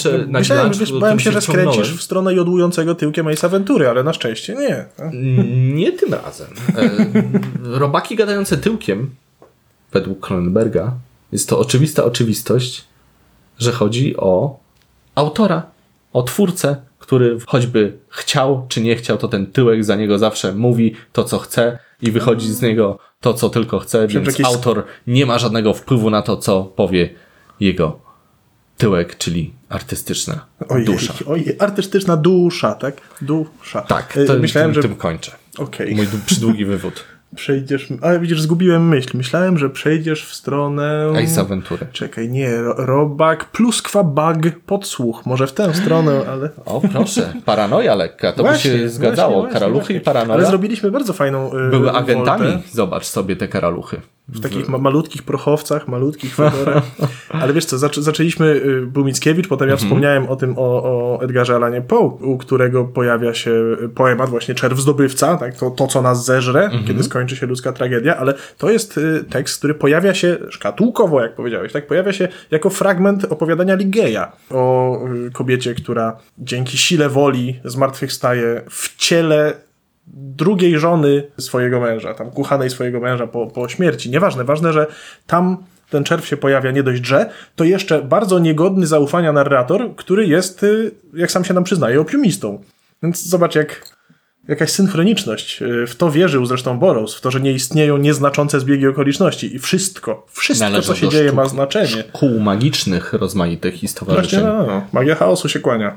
Speaker 2: Bałem się, że skręcisz w stronę jodłującego tyłkiem Ace Ventury, ale na szczęście nie.
Speaker 1: Nie tym razem. Robaki gadające tyłkiem według Cronenberga jest to oczywista oczywistość, że chodzi o autora, o twórcę, który choćby chciał czy nie chciał, to ten tyłek za niego zawsze mówi to, co chce i wychodzi z niego to, co tylko chce, więc autor nie ma żadnego wpływu na to, co powie jego tyłek, czyli artystyczna dusza.
Speaker 2: Ojej, artystyczna dusza, tak? Dusza.
Speaker 1: Tak, to myślałem, że tym kończę.
Speaker 2: Okay.
Speaker 1: Mój przydługi wywód.
Speaker 2: Przejdziesz... Ale widzisz, zgubiłem myśl. Myślałem, że przejdziesz w stronę...
Speaker 1: Ace Aventury.
Speaker 2: Czekaj, nie. Robak, pluskwa, bug, podsłuch. Może w tę stronę, ale...
Speaker 1: O, proszę. Paranoja lekka. To by się zgadzało. Karaluchy i paranoja.
Speaker 2: Ale zrobiliśmy bardzo fajną
Speaker 1: były agentami. Woltę. Zobacz sobie te karaluchy.
Speaker 2: W takich malutkich prochowcach, malutkich fedorach. Ale wiesz co, zaczęliśmy, był Mickiewicz, potem ja wspomniałem o tym, o Edgarze Allanie Poe, u którego pojawia się poemat właśnie Czerw zdobywca, tak? To co nas zeżre, kiedy skończy się ludzka tragedia, ale to jest tekst, który pojawia się szkatułkowo, jak powiedziałeś, tak? Pojawia się jako fragment opowiadania Ligeja o kobiecie, która dzięki sile woli zmartwychwstaje w ciele drugiej żony swojego męża, tam kuchanej swojego męża po śmierci. Nieważne, ważne, że tam ten czerw się pojawia nie dość, że to jeszcze bardzo niegodny zaufania narrator, który jest, jak sam się nam przyznaje, opiumistą. Więc zobacz, jakaś synchroniczność. W to wierzył zresztą Burroughs, w to, że nie istnieją nieznaczące zbiegi okoliczności i wszystko, co się dzieje, ma znaczenie.
Speaker 1: Szkół magicznych rozmaitych i stowarzyszeń.
Speaker 2: Właśnie, magia chaosu się kłania.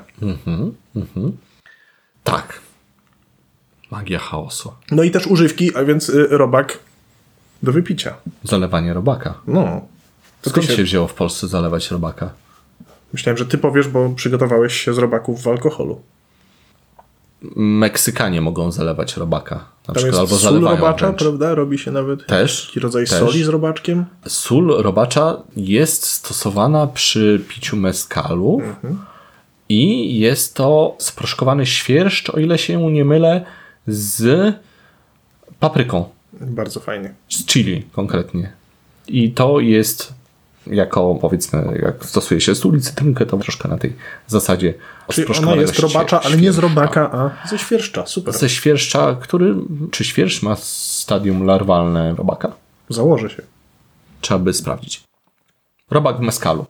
Speaker 1: Tak. Magia chaosu.
Speaker 2: No i też używki, a więc robak do wypicia.
Speaker 1: Zalewanie robaka.
Speaker 2: No.
Speaker 1: To skąd się wzięło w Polsce zalewać robaka?
Speaker 2: Myślałem, że ty powiesz, bo przygotowałeś się z robaków w alkoholu.
Speaker 1: Meksykanie mogą zalewać robaka. Na przykład, albo
Speaker 2: sól
Speaker 1: zalewają
Speaker 2: robacza,
Speaker 1: wręcz.
Speaker 2: prawda? Robi się nawet taki rodzaj soli z robaczkiem.
Speaker 1: Sól robacza jest stosowana przy piciu mezcalu i jest to sproszkowany świerszcz, o ile się nie mylę, z papryką.
Speaker 2: Bardzo fajnie.
Speaker 1: Z chili konkretnie. I to jest jako, powiedzmy, jak stosuje się sól i cytrynkę, to troszkę na tej zasadzie
Speaker 2: ona jest robacza, ale nie z robaka, a ze świerszcza. Super.
Speaker 1: Ze świerszcza, czy świerszcz ma stadium larwalne robaka?
Speaker 2: Założę się.
Speaker 1: Trzeba by sprawdzić. Robak w mezcalu.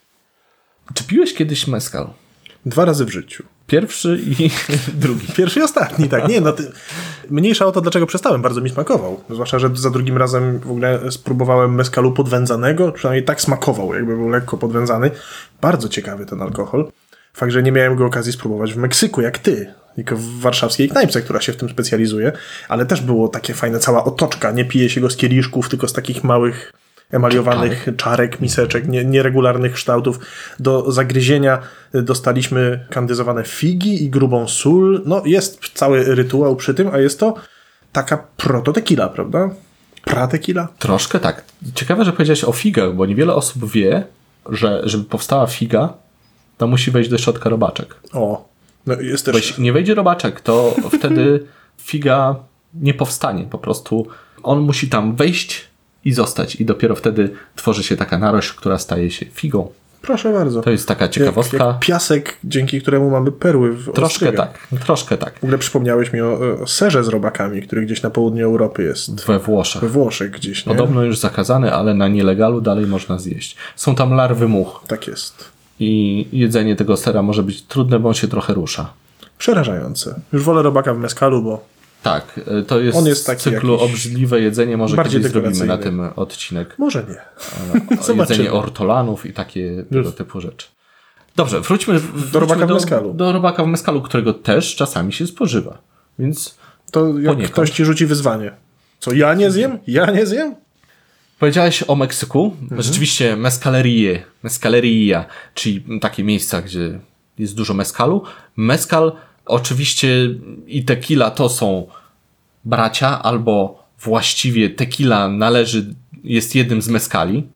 Speaker 1: Czy piłeś kiedyś mezcal?
Speaker 2: 2 razy w życiu.
Speaker 1: Pierwszy i drugi.
Speaker 2: Pierwszy i ostatni, tak. Nie, mniejsza o to, dlaczego przestałem. Bardzo mi smakował. Zwłaszcza, że za drugim razem w ogóle spróbowałem mezcalu podwędzanego. Przynajmniej tak smakował, jakby był lekko podwędzany. Bardzo ciekawy ten alkohol. Fakt, że nie miałem go okazji spróbować w Meksyku, jak ty. Tylko w warszawskiej knajpce, która się w tym specjalizuje. Ale też było takie fajne, cała otoczka. Nie pije się go z kieliszków, tylko z takich małych emaliowanych czarek, miseczek, nieregularnych kształtów. Do zagryzienia dostaliśmy kandyzowane figi i grubą sól. No jest cały rytuał przy tym, a jest to taka proto-tequila, prawda? Pra-tequila?
Speaker 1: Troszkę tak. Ciekawe, że powiedziałeś o figach, bo niewiele osób wie, że żeby powstała figa, to musi wejść do środka robaczek.
Speaker 2: O, no jest też...
Speaker 1: Bo jeśli nie wejdzie robaczek, to wtedy figa nie powstanie. Po prostu on musi tam wejść i zostać. I dopiero wtedy tworzy się taka narośl, która staje się figą.
Speaker 2: Proszę bardzo.
Speaker 1: To jest taka ciekawostka.
Speaker 2: Jak piasek, dzięki któremu mamy perły w
Speaker 1: Troszkę tak, troszkę tak.
Speaker 2: W ogóle przypomniałeś mi o serze z robakami, który gdzieś na południu Europy jest.
Speaker 1: We Włoszech.
Speaker 2: We Włoszech gdzieś, nie?
Speaker 1: Podobno już zakazany, ale na nielegalu dalej można zjeść. Są tam larwy much.
Speaker 2: Tak jest.
Speaker 1: I jedzenie tego sera może być trudne, bo on się trochę rusza.
Speaker 2: Przerażające. Już wolę robaka w mezcalu, bo
Speaker 1: tak, to jest,
Speaker 2: on jest taki
Speaker 1: cyklu obrzydliwe jedzenie, może
Speaker 2: bardziej
Speaker 1: kiedyś zrobimy na tym odcinek.
Speaker 2: Może nie.
Speaker 1: Jedzenie ortolanów i takie tego typu rzeczy. Dobrze, wróćmy
Speaker 2: do robaka w mezcalu.
Speaker 1: Do robaka w mezcalu, którego też czasami się spożywa. Więc
Speaker 2: to jak ktoś ci rzuci wyzwanie. Co, ja nie zjem? Ja nie zjem?
Speaker 1: Powiedziałeś o Meksyku. Rzeczywiście mezcaleria, czyli takie miejsca, gdzie jest dużo mezcalu. Mezcal oczywiście i tequila to są bracia, albo właściwie tequila jest jednym z mezcali.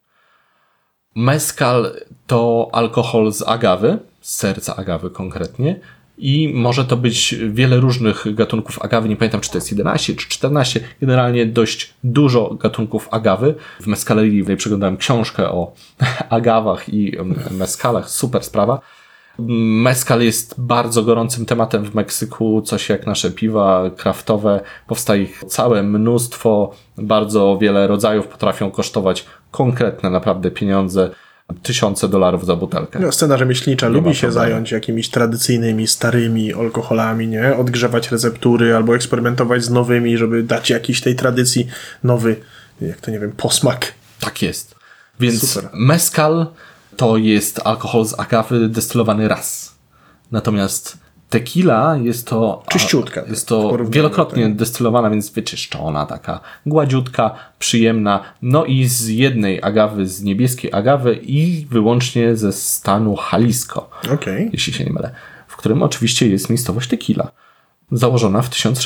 Speaker 1: Mezcal to alkohol z agawy, z serca agawy konkretnie, i może to być wiele różnych gatunków agawy, nie pamiętam czy to jest 11 czy 14, generalnie dość dużo gatunków agawy. W mezcalerii przeglądałem książkę o agawach i mezcalach, super sprawa. Mezcal jest bardzo gorącym tematem w Meksyku, coś jak nasze piwa kraftowe. Powstaje ich całe mnóstwo, bardzo wiele rodzajów potrafią kosztować konkretne naprawdę pieniądze, $1000 za butelkę.
Speaker 2: No, scena rzemieślnicza lubi się zająć jakimiś tradycyjnymi, starymi alkoholami, nie? Odgrzewać receptury albo eksperymentować z nowymi, żeby dać jakiś tej tradycji nowy, jak to nie wiem, posmak.
Speaker 1: Tak jest. Więc
Speaker 2: Super.
Speaker 1: mezcal to jest alkohol z agawy destylowany raz. Natomiast tequila jest to...
Speaker 2: Czyściutka.
Speaker 1: Jest to wielokrotnie destylowana, więc wyczyszczona, taka gładziutka, przyjemna. No i z jednej agawy, z niebieskiej agawy i wyłącznie ze stanu Jalisco.
Speaker 2: Okej.
Speaker 1: Jeśli się nie mylę. W którym oczywiście jest miejscowość Tequila. Założona w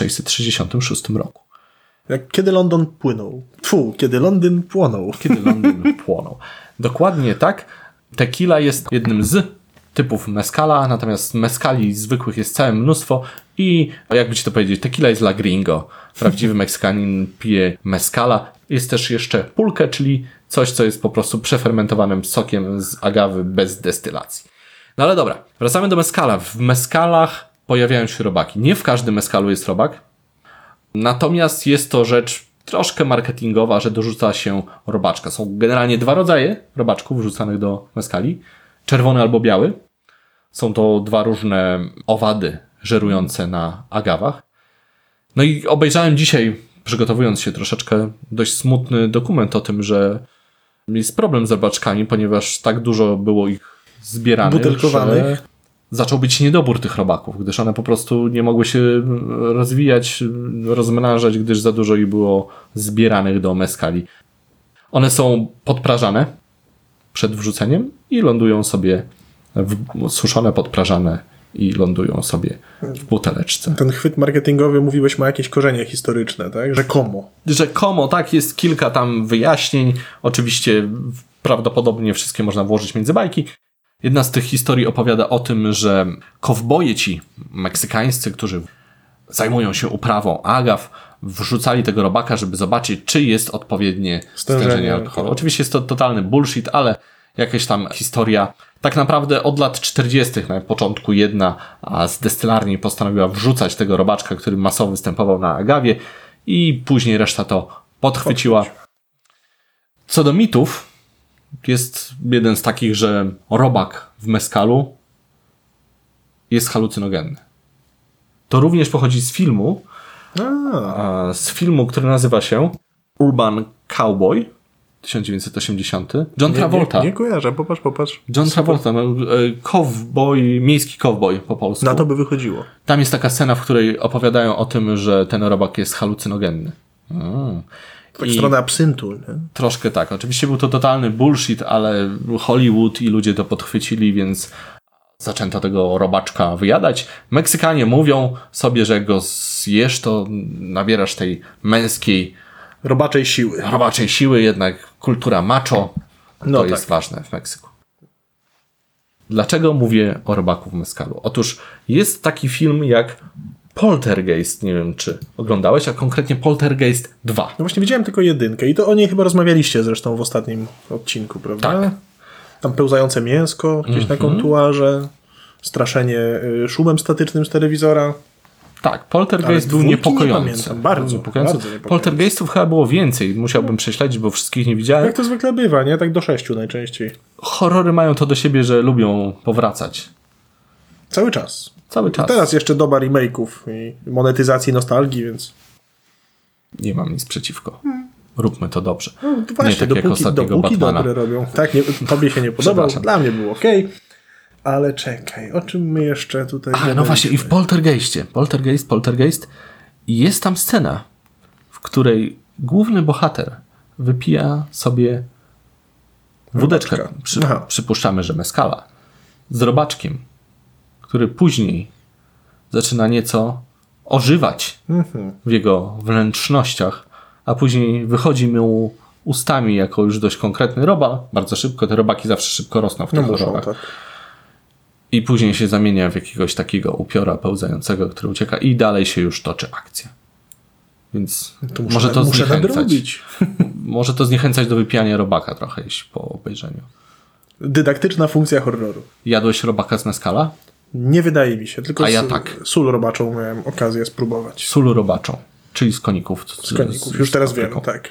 Speaker 1: 1666 roku.
Speaker 2: Kiedy London płynął. Kiedy Londyn płonął.
Speaker 1: Kiedy Londyn płonął. Dokładnie tak. Tequila jest jednym z typów mezcala, natomiast mezcali zwykłych jest całe mnóstwo i jakby ci to powiedzieć, tequila jest la gringo. Prawdziwy Meksykanin pije mezcala. Jest też jeszcze pulque, czyli coś, co jest po prostu przefermentowanym sokiem z agawy bez destylacji. No ale dobra, wracamy do mezcala. W mezcalach pojawiają się robaki. Nie w każdym mezcalu jest robak, natomiast jest to rzecz troszkę marketingowa, że dorzuca się robaczka. Są generalnie dwa rodzaje robaczków wrzucanych do mezcali. Czerwony albo biały. Są to dwa różne owady żerujące na agawach. No i obejrzałem dzisiaj, przygotowując się troszeczkę, dość smutny dokument o tym, że jest problem z robaczkami, ponieważ tak dużo było ich zbieranych,
Speaker 2: butelkowanych,
Speaker 1: że zaczął być niedobór tych robaków, gdyż one po prostu nie mogły się rozwijać, rozmnażać, gdyż za dużo ich było zbieranych do mezcali. One są podprażane przed wrzuceniem i lądują sobie suszone, podprażane i lądują sobie w buteleczce.
Speaker 2: Ten chwyt marketingowy, mówiłeś, ma jakieś korzenie historyczne, tak?
Speaker 1: Rzekomo, tak, jest kilka tam wyjaśnień. Oczywiście prawdopodobnie wszystkie można włożyć między bajki. Jedna z tych historii opowiada o tym, że kowboje ci meksykańscy, którzy zajmują się uprawą agaw, wrzucali tego robaka, żeby zobaczyć, czy jest odpowiednie stężenie alkoholu. Oczywiście jest to totalny bullshit, ale jakaś tam historia. Tak naprawdę od lat 40. na początku jedna z destylarni postanowiła wrzucać tego robaczka, który masowo występował na agawie i później reszta to podchwyciła. Co do mitów, jest jeden z takich, że robak w mezcalu jest halucynogenny. To również pochodzi z filmu, który nazywa się Urban Cowboy 1980. John Travolta.
Speaker 2: Nie kojarzę, popatrz.
Speaker 1: John Travolta, miejski cowboy po polsku.
Speaker 2: Na to by wychodziło.
Speaker 1: Tam jest taka scena, w której opowiadają o tym, że ten robak jest halucynogenny.
Speaker 2: Tak stronę absyntu. Nie?
Speaker 1: Troszkę tak. Oczywiście był to totalny bullshit, ale Hollywood i ludzie to podchwycili, więc zaczęto tego robaczka wyjadać. Meksykanie mówią sobie, że jak go zjesz, to nabierasz tej męskiej robaczej siły, jednak kultura macho to jest ważne w Meksyku. Dlaczego mówię o robaku w mezcalu? Otóż jest taki film jak Poltergeist, nie wiem czy oglądałeś, a konkretnie Poltergeist 2.
Speaker 2: No właśnie widziałem tylko 1 i to o niej chyba rozmawialiście zresztą w ostatnim odcinku, prawda?
Speaker 1: Tak.
Speaker 2: Tam pełzające mięsko gdzieś na kontuarze, straszenie szumem statycznym z telewizora.
Speaker 1: Tak, Poltergeist był niepokojący.
Speaker 2: Nie bardzo niepokojący.
Speaker 1: Poltergeistów chyba było więcej. Musiałbym prześledzić, bo wszystkich nie widziałem.
Speaker 2: Jak to zwykle bywa, nie? Tak do 6 najczęściej.
Speaker 1: Horrory mają to do siebie, że lubią powracać.
Speaker 2: Cały czas.
Speaker 1: Cały czas.
Speaker 2: Teraz jeszcze doba remake'ów i monetyzacji nostalgii, więc...
Speaker 1: Nie mam nic przeciwko. Róbmy to dobrze.
Speaker 2: No, właśnie,
Speaker 1: nie tak jak ostatniego Batmana.
Speaker 2: Dobre robią. Tak, nie, tobie się nie podobał, dla mnie był okej. Ale czekaj, o czym my jeszcze tutaj...
Speaker 1: Ale no właśnie, i w Poltergeist jest tam scena, w której główny bohater wypija sobie wódeczkę, przypuszczamy, że mezcala, z robaczkiem, który później zaczyna nieco ożywać w jego wnętrznościach, a później wychodzi mu ustami jako już dość konkretny robal. Bardzo szybko, te robaki zawsze szybko rosną w tych horrorach. Tak. I później się zamienia w jakiegoś takiego upiora pełzającego, który ucieka i dalej się już toczy akcja. Więc może to zniechęcać. Może to zniechęcać do wypijania robaka trochę, jeśli po obejrzeniu.
Speaker 2: Dydaktyczna funkcja horroru.
Speaker 1: Jadłeś robaka z meskala?
Speaker 2: Nie wydaje mi się, tylko
Speaker 1: A ja tak.
Speaker 2: Sól robaczą miałem okazję spróbować.
Speaker 1: Sól robaczą, czyli z koników.
Speaker 2: Z koników, już teraz wiem, tak.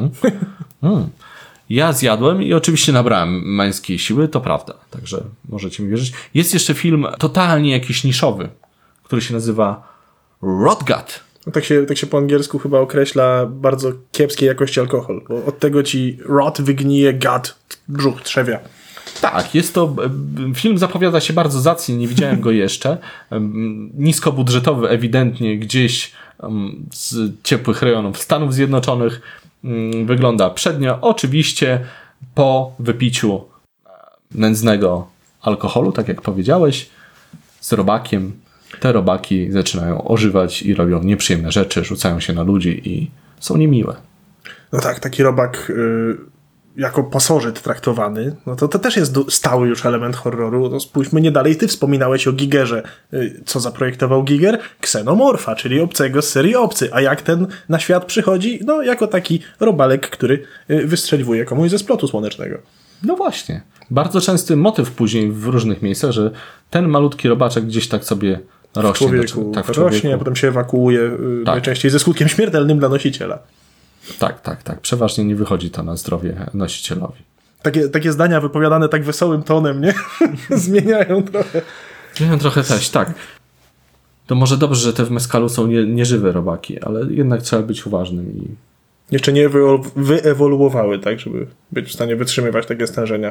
Speaker 1: Ja zjadłem i oczywiście nabrałem męskiej siły, to prawda, także możecie mi wierzyć. Jest jeszcze film totalnie jakiś niszowy, który się nazywa Rotgut.
Speaker 2: No tak się po angielsku chyba określa bardzo kiepskiej jakości alkohol, bo od tego ci rot wygnije, gut, brzuch trzewia.
Speaker 1: Tak, jest to film, zapowiada się bardzo zacnie, nie widziałem go jeszcze. Niskobudżetowy, ewidentnie gdzieś z ciepłych rejonów Stanów Zjednoczonych. Wygląda przednio. Oczywiście po wypiciu nędznego alkoholu, tak jak powiedziałeś, z robakiem, te robaki zaczynają ożywać i robią nieprzyjemne rzeczy, rzucają się na ludzi i są niemiłe.
Speaker 2: No tak, taki robak jako pasożyt traktowany, no to też jest stały już element horroru. No spójrzmy nie dalej, ty wspominałeś o Gigerze. Co zaprojektował Giger? Ksenomorfa, czyli obcego z serii Obcy. A jak ten na świat przychodzi? No jako taki robalek, który wystrzeliwuje komuś ze splotu słonecznego.
Speaker 1: No właśnie. Bardzo częsty motyw później w różnych miejscach, że ten malutki robaczek gdzieś tak sobie rośnie.
Speaker 2: W człowieku. Rośnie, a potem się ewakuuje, najczęściej ze skutkiem śmiertelnym dla nosiciela.
Speaker 1: Tak. Przeważnie nie wychodzi to na zdrowie nosicielowi.
Speaker 2: Takie zdania wypowiadane tak wesołym tonem, nie? Zmieniają trochę.
Speaker 1: Zmieniają trochę też, tak. To może dobrze, że te w meskalu są nieżywe robaki, ale jednak trzeba być uważnym. I
Speaker 2: jeszcze nie wyewoluowały, tak? Żeby być w stanie wytrzymywać takie stężenia.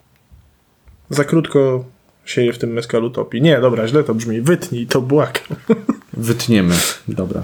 Speaker 2: Za krótko się je w tym meskalu topi. Nie, dobra, źle to brzmi. Wytnij to, błagam.
Speaker 1: Wytniemy, dobra.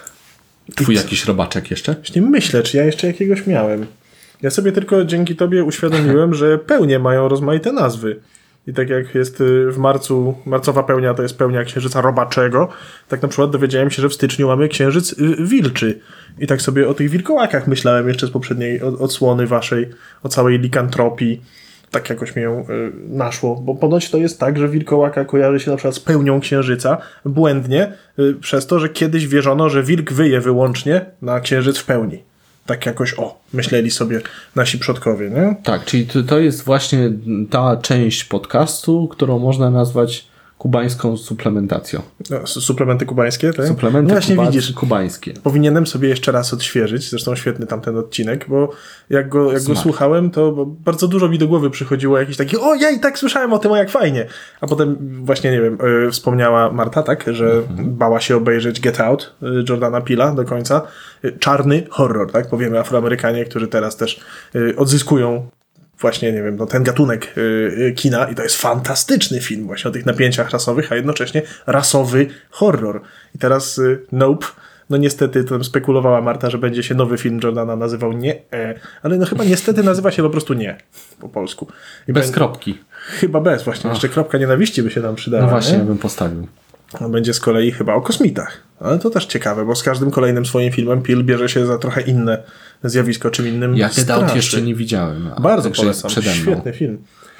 Speaker 1: Twój jakiś robaczek jeszcze?
Speaker 2: Właśnie myślę, czy ja jeszcze jakiegoś miałem. Ja sobie tylko dzięki tobie uświadomiłem, że pełnie mają rozmaite nazwy. I tak jak jest w marcu, marcowa pełnia to jest pełnia księżyca robaczego, tak na przykład dowiedziałem się, że w styczniu mamy księżyc wilczy. I tak sobie o tych wilkołakach myślałem jeszcze z poprzedniej odsłony waszej, o całej likantropii. Tak jakoś mnie naszło, bo ponoć to jest tak, że wilkołaka kojarzy się na przykład z pełnią księżyca błędnie przez to, że kiedyś wierzono, że wilk wyje wyłącznie na księżyc w pełni. Tak jakoś, myśleli sobie nasi przodkowie, nie?
Speaker 1: Tak, czyli to jest właśnie ta część podcastu, którą można nazwać kubańską suplementacją.
Speaker 2: No, suplementy kubańskie, tak?
Speaker 1: Suplementy
Speaker 2: no właśnie widzisz,
Speaker 1: kubańskie.
Speaker 2: Powinienem sobie jeszcze raz odświeżyć, zresztą świetny tamten odcinek, bo jak go słuchałem, to bardzo dużo mi do głowy przychodziło jakiś taki, ja i tak słyszałem o tym, jak fajnie. A potem właśnie, nie wiem, wspomniała Marta, tak, że bała się obejrzeć Get Out Jordana Peela do końca. Czarny horror, tak? Powiemy Afroamerykanie, którzy teraz też odzyskują właśnie, nie wiem, ten gatunek kina i to jest fantastyczny film właśnie o tych napięciach rasowych, a jednocześnie rasowy horror. I teraz Nope, no niestety tam spekulowała Marta, że będzie się nowy film Jordana nazywał Nie, ale no chyba niestety nazywa się po prostu Nie po polsku. I
Speaker 1: bez kropki.
Speaker 2: Chyba bez, właśnie. Jeszcze kropka nienawiści by się tam przydała.
Speaker 1: No właśnie,
Speaker 2: ja
Speaker 1: bym postawił.
Speaker 2: Będzie z kolei chyba o kosmitach. Ale to też ciekawe, bo z każdym kolejnym swoim filmem Peele bierze się za trochę inne zjawisko, czym innym
Speaker 1: Ja Get Out jeszcze nie widziałem.
Speaker 2: Bardzo polecam. Świetny film.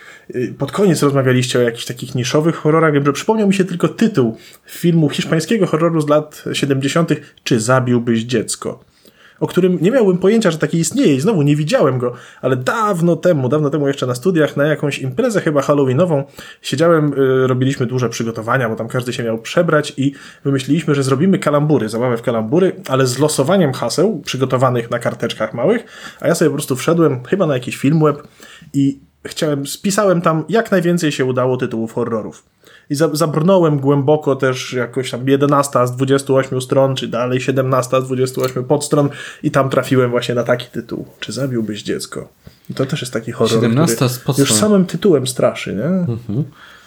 Speaker 2: Pod koniec rozmawialiście o jakichś takich niszowych horrorach. Wiem, że przypomniał mi się tylko tytuł filmu hiszpańskiego horroru z lat 70. Czy zabiłbyś dziecko? O którym nie miałbym pojęcia, że taki istnieje i znowu nie widziałem go, ale dawno temu jeszcze na studiach, na jakąś imprezę chyba halloweenową siedziałem, robiliśmy duże przygotowania, bo tam każdy się miał przebrać i wymyśliliśmy, że zrobimy kalambury, zabawę w kalambury, ale z losowaniem haseł przygotowanych na karteczkach małych, a ja sobie po prostu wszedłem chyba na jakiś Filmweb i spisałem tam jak najwięcej się udało tytułów horrorów. I zabrnąłem głęboko też jakoś tam 11 z 28 stron, czy dalej 17 z 28 podstron i tam trafiłem właśnie na taki tytuł. Czy zabiłbyś dziecko? I to też jest taki horror,
Speaker 1: 17
Speaker 2: który
Speaker 1: z podstron.
Speaker 2: Już samym tytułem straszy, nie?
Speaker 1: Mhm.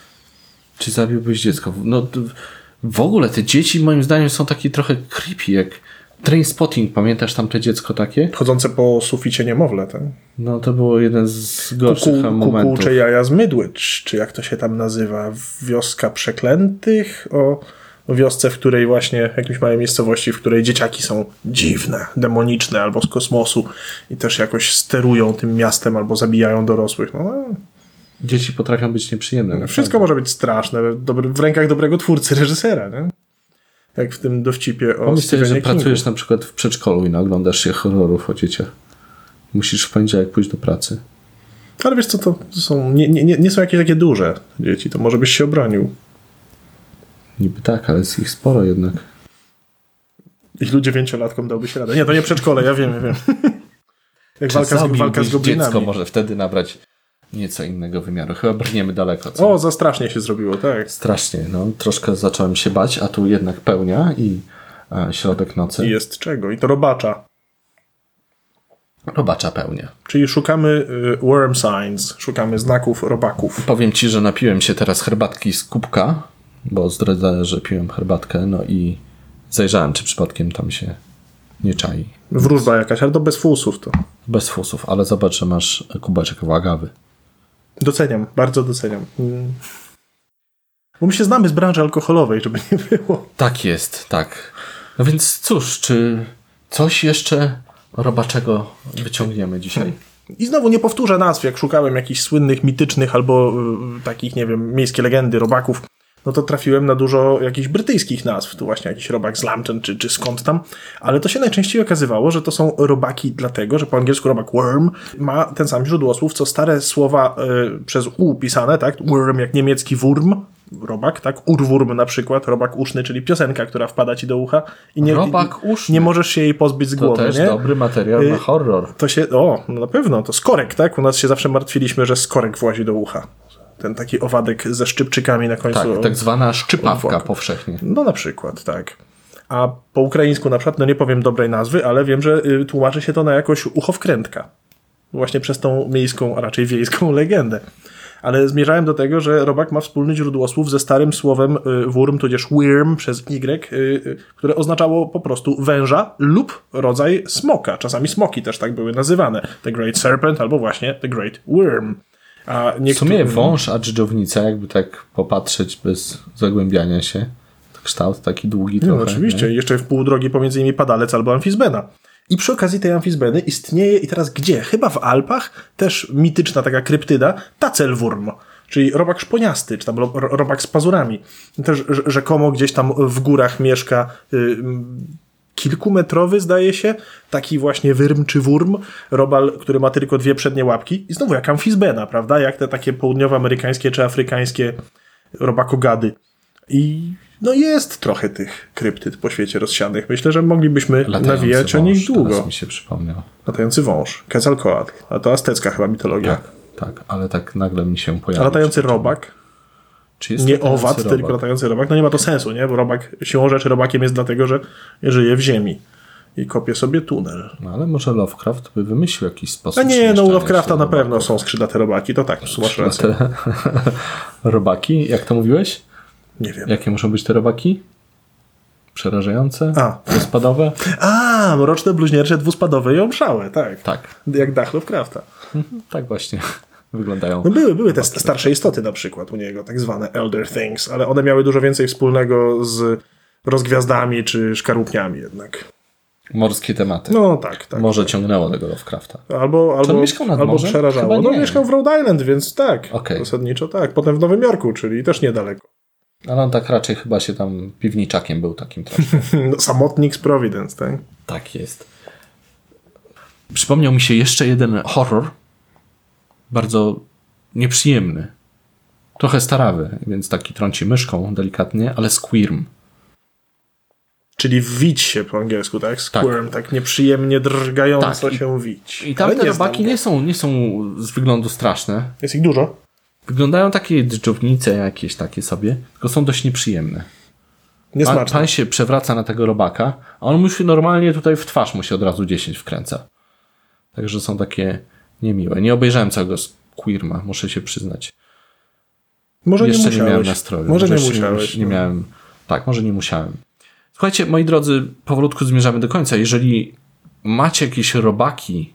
Speaker 1: Czy zabiłbyś dziecko? No w ogóle te dzieci moim zdaniem są takie trochę creepy, jak Trainspotting, pamiętasz tam te dziecko takie?
Speaker 2: Chodzące po suficie niemowlę, tak?
Speaker 1: No to było jeden z gorszych momentów.
Speaker 2: Kukułcze jaja z Mydłycz, czy jak to się tam nazywa? Wioska Przeklętych? O wiosce, w której właśnie, jakimś małej miejscowości, w której dzieciaki są dziwne, demoniczne albo z kosmosu i też jakoś sterują tym miastem albo zabijają dorosłych.
Speaker 1: Dzieci potrafią być nieprzyjemne.
Speaker 2: Wszystko może być straszne, w rękach dobrego twórcy, reżysera, nie? Jak w tym dowcipie o
Speaker 1: Myślę, że pracujesz na przykład w przedszkolu i naglądasz się horrorów o dzieciach. Musisz w poniedziałek pójść do pracy.
Speaker 2: Ale wiesz co, to są, nie są jakieś takie duże dzieci, to może byś się obronił.
Speaker 1: Niby tak, ale jest ich sporo jednak.
Speaker 2: Ilu 9-latkom dałbyś radę? Nie, to nie przedszkole, ja wiem. Jak walka z goblinami.
Speaker 1: Dziecko może wtedy nabrać nieco innego wymiaru. Chyba brniemy daleko. Co?
Speaker 2: O, za strasznie się zrobiło, tak.
Speaker 1: Strasznie, no. Troszkę zacząłem się bać, a tu jednak pełnia i środek nocy.
Speaker 2: I jest czego? I to robacza.
Speaker 1: Robacza pełnia.
Speaker 2: Czyli szukamy worm signs, szukamy znaków robaków.
Speaker 1: Powiem ci, że napiłem się teraz herbatki z kubka, bo zdradzę, że piłem herbatkę, no i zajrzałem, czy przypadkiem tam się nie czai.
Speaker 2: Wróżba jakaś, ale to bez fusów to.
Speaker 1: Bez fusów, ale zobacz, że masz kubeczek agawy.
Speaker 2: Doceniam, bardzo doceniam. Bo my się znamy z branży alkoholowej, żeby nie było.
Speaker 1: Tak jest, tak. No więc cóż, czy coś jeszcze robaczego wyciągniemy dzisiaj?
Speaker 2: I znowu nie powtórzę nazw, jak szukałem jakichś słynnych, mitycznych albo takich, nie wiem, miejskie legendy robaków, no to trafiłem na dużo jakichś brytyjskich nazw. Tu właśnie jakiś robak z Lambton, czy skąd tam. Ale to się najczęściej okazywało, że to są robaki dlatego, że po angielsku robak worm ma ten sam źródłosłów, co stare słowa przez U pisane, tak? Worm jak niemiecki wurm, robak, tak? Urwurm na przykład, robak uszny, czyli piosenka, która wpada ci do ucha. I
Speaker 1: Robak uszny.
Speaker 2: Nie możesz się jej pozbyć z głowy,
Speaker 1: To też
Speaker 2: nie?
Speaker 1: dobry materiał na horror.
Speaker 2: To się, no na pewno, to skorek, tak? U nas się zawsze martwiliśmy, że skorek włazi do ucha. Ten taki owadek ze szczypczykami na końcu.
Speaker 1: Tak, tak zwana szczypawka powszechnie.
Speaker 2: No na przykład, tak. A po ukraińsku na przykład, no nie powiem dobrej nazwy, ale wiem, że tłumaczy się to na jakoś uchowkrętka. Właśnie przez tą miejską, a raczej wiejską legendę. Ale zmierzałem do tego, że robak ma wspólny źródłosłów ze starym słowem wurm, tudzież worm przez Y, które oznaczało po prostu węża lub rodzaj smoka. Czasami smoki też tak były nazywane. The Great Serpent albo właśnie The Great Worm. A
Speaker 1: W sumie wąż, a dżdżownica, jakby tak popatrzeć bez zagłębiania się. Kształt taki długi trochę.
Speaker 2: No, oczywiście.
Speaker 1: Nie?
Speaker 2: Jeszcze w pół drogi pomiędzy nimi padalec albo amfizbena. I przy okazji tej amfizbeny istnieje, i teraz gdzie? Chyba w Alpach, też mityczna taka kryptyda, tacelwurm, czyli robak szponiasty, czy tam robak z pazurami. Też rzekomo gdzieś tam w górach mieszka kilkumetrowy, zdaje się, taki właśnie wyrm czy wurm, robal, który ma tylko 2 przednie łapki. I znowu jak amfizbena, prawda? Jak te takie południowoamerykańskie czy afrykańskie robakogady. I no jest trochę tych kryptyd po świecie rozsianych. Myślę, że moglibyśmy nawijać o nich długo.
Speaker 1: Teraz mi się przypomniał.
Speaker 2: Latający wąż, Quetzalcoatl. A to aztecka chyba mitologia.
Speaker 1: Tak, ale tak nagle mi się pojawił.
Speaker 2: A latający robak?
Speaker 1: Czy jest
Speaker 2: nie owad, robak? Tylko latający robak. No nie ma to sensu, nie? Bo robak, siłą rzeczy robakiem jest dlatego, że żyje w ziemi i kopie sobie tunel.
Speaker 1: No ale może Lovecraft by wymyślił jakiś sposób.
Speaker 2: A nie, no u Lovecrafta na pewno są skrzydlate robaki, to tak, masz rację.
Speaker 1: Robaki? Jak to mówiłeś?
Speaker 2: Nie wiem.
Speaker 1: Jakie muszą być te robaki? Przerażające? Dwuspadowe?
Speaker 2: Mroczne, bluźniercze, dwuspadowe i omszałe, tak.
Speaker 1: Tak.
Speaker 2: Jak dach Lovecrafta.
Speaker 1: Tak właśnie wyglądają.
Speaker 2: No były te starsze istoty na przykład u niego, tak zwane Elder Things, ale one miały dużo więcej wspólnego z rozgwiazdami czy szkarłupniami jednak.
Speaker 1: Morskie tematy.
Speaker 2: No tak.
Speaker 1: Może ciągnęło tego Lovecrafta.
Speaker 2: Albo
Speaker 1: mieszkał nad morzem?
Speaker 2: przerażało. No mieszkał w Rhode Island, więc tak.
Speaker 1: Okay.
Speaker 2: Zasadniczo tak. Potem w Nowym Jorku, czyli też niedaleko.
Speaker 1: Ale on tak raczej chyba się tam piwniczakiem był takim troszkę.
Speaker 2: No, samotnik z Providence, tak?
Speaker 1: Tak jest. Przypomniał mi się jeszcze jeden horror. Bardzo nieprzyjemny. Trochę starawy, więc taki trąci myszką delikatnie, ale Squirm.
Speaker 2: Czyli wić się po angielsku, tak? Squirm, tak nieprzyjemnie drgająco się wić.
Speaker 1: I tam te robaki nie są z wyglądu straszne.
Speaker 2: Jest ich dużo.
Speaker 1: Wyglądają takie dżdżownice jakieś takie sobie, tylko są dość nieprzyjemne.
Speaker 2: Niesmaczne.
Speaker 1: Pan się przewraca na tego robaka, a on musi normalnie tutaj w twarz mu się od razu 10 wkręca. Także są takie niemiłe. Nie obejrzałem całego Squirma, muszę się przyznać.
Speaker 2: Może
Speaker 1: jeszcze
Speaker 2: nie musiałeś.
Speaker 1: Nie miałem nastroju.
Speaker 2: Może nie musiałeś.
Speaker 1: Nie miałem. Tak, może nie musiałem. Słuchajcie, moi drodzy, powolutku zmierzamy do końca. Jeżeli macie jakieś robaki...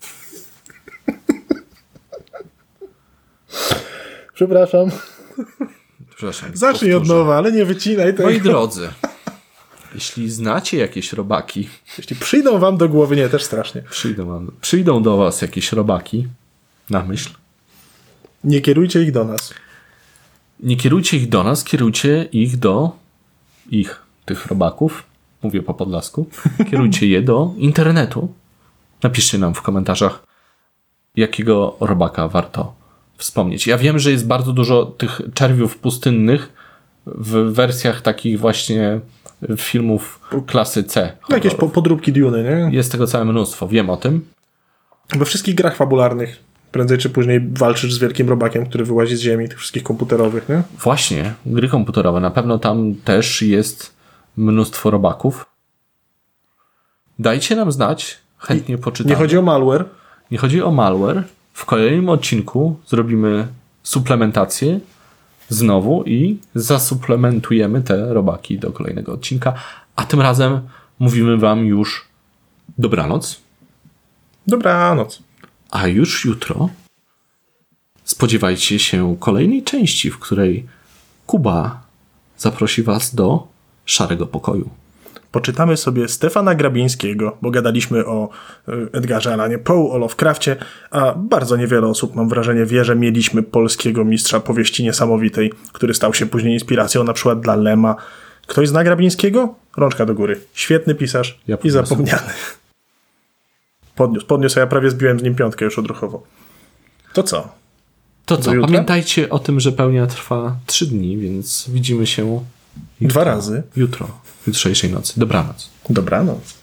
Speaker 2: Przepraszam. Zacznij
Speaker 1: powtórzę.
Speaker 2: od nowa, ale nie wycinaj tego.
Speaker 1: Moi drodzy, jeśli znacie jakieś robaki...
Speaker 2: Jeśli przyjdą wam do głowy, nie, też strasznie.
Speaker 1: Przyjdą do was jakieś robaki na myśl.
Speaker 2: Nie kierujcie ich do nas.
Speaker 1: Nie kierujcie ich do nas, kierujcie ich do tych robaków. Mówię po podlasku. Kierujcie je do internetu. Napiszcie nam w komentarzach, jakiego robaka warto wspomnieć. Ja wiem, że jest bardzo dużo tych czerwiów pustynnych w wersjach takich właśnie filmów klasy C.
Speaker 2: Jakieś podróbki Duny, nie?
Speaker 1: Jest tego całe mnóstwo, wiem o tym.
Speaker 2: We wszystkich grach fabularnych prędzej czy później walczysz z wielkim robakiem, który wyłazi z ziemi, tych wszystkich komputerowych, nie?
Speaker 1: Właśnie, gry komputerowe. Na pewno tam też jest mnóstwo robaków. Dajcie nam znać, chętnie poczytamy.
Speaker 2: Nie chodzi o malware.
Speaker 1: Nie chodzi o malware. W kolejnym odcinku zrobimy suplementację znowu i zasuplementujemy te robaki do kolejnego odcinka. A tym razem mówimy wam już dobranoc.
Speaker 2: Dobranoc.
Speaker 1: A już jutro spodziewajcie się kolejnej części, w której Kuba zaprosi was do szarego pokoju.
Speaker 2: Poczytamy sobie Stefana Grabińskiego, bo gadaliśmy o Edgarze Allanie Poe, o Lovecrafcie, a bardzo niewiele osób, mam wrażenie, wie, że mieliśmy polskiego mistrza powieści niesamowitej, który stał się później inspiracją na przykład dla Lema. Ktoś zna Grabińskiego? Rączka do góry. Świetny pisarz i zapomniany. Podniósł, a ja prawie zbiłem z nim piątkę już odruchowo. To co?
Speaker 1: To co? Pamiętajcie o tym, że pełnia trwa 3 dni, więc widzimy się
Speaker 2: 2 razy.
Speaker 1: Jutro, w jutrzejszej nocy. Dobranoc.
Speaker 2: Dobranoc.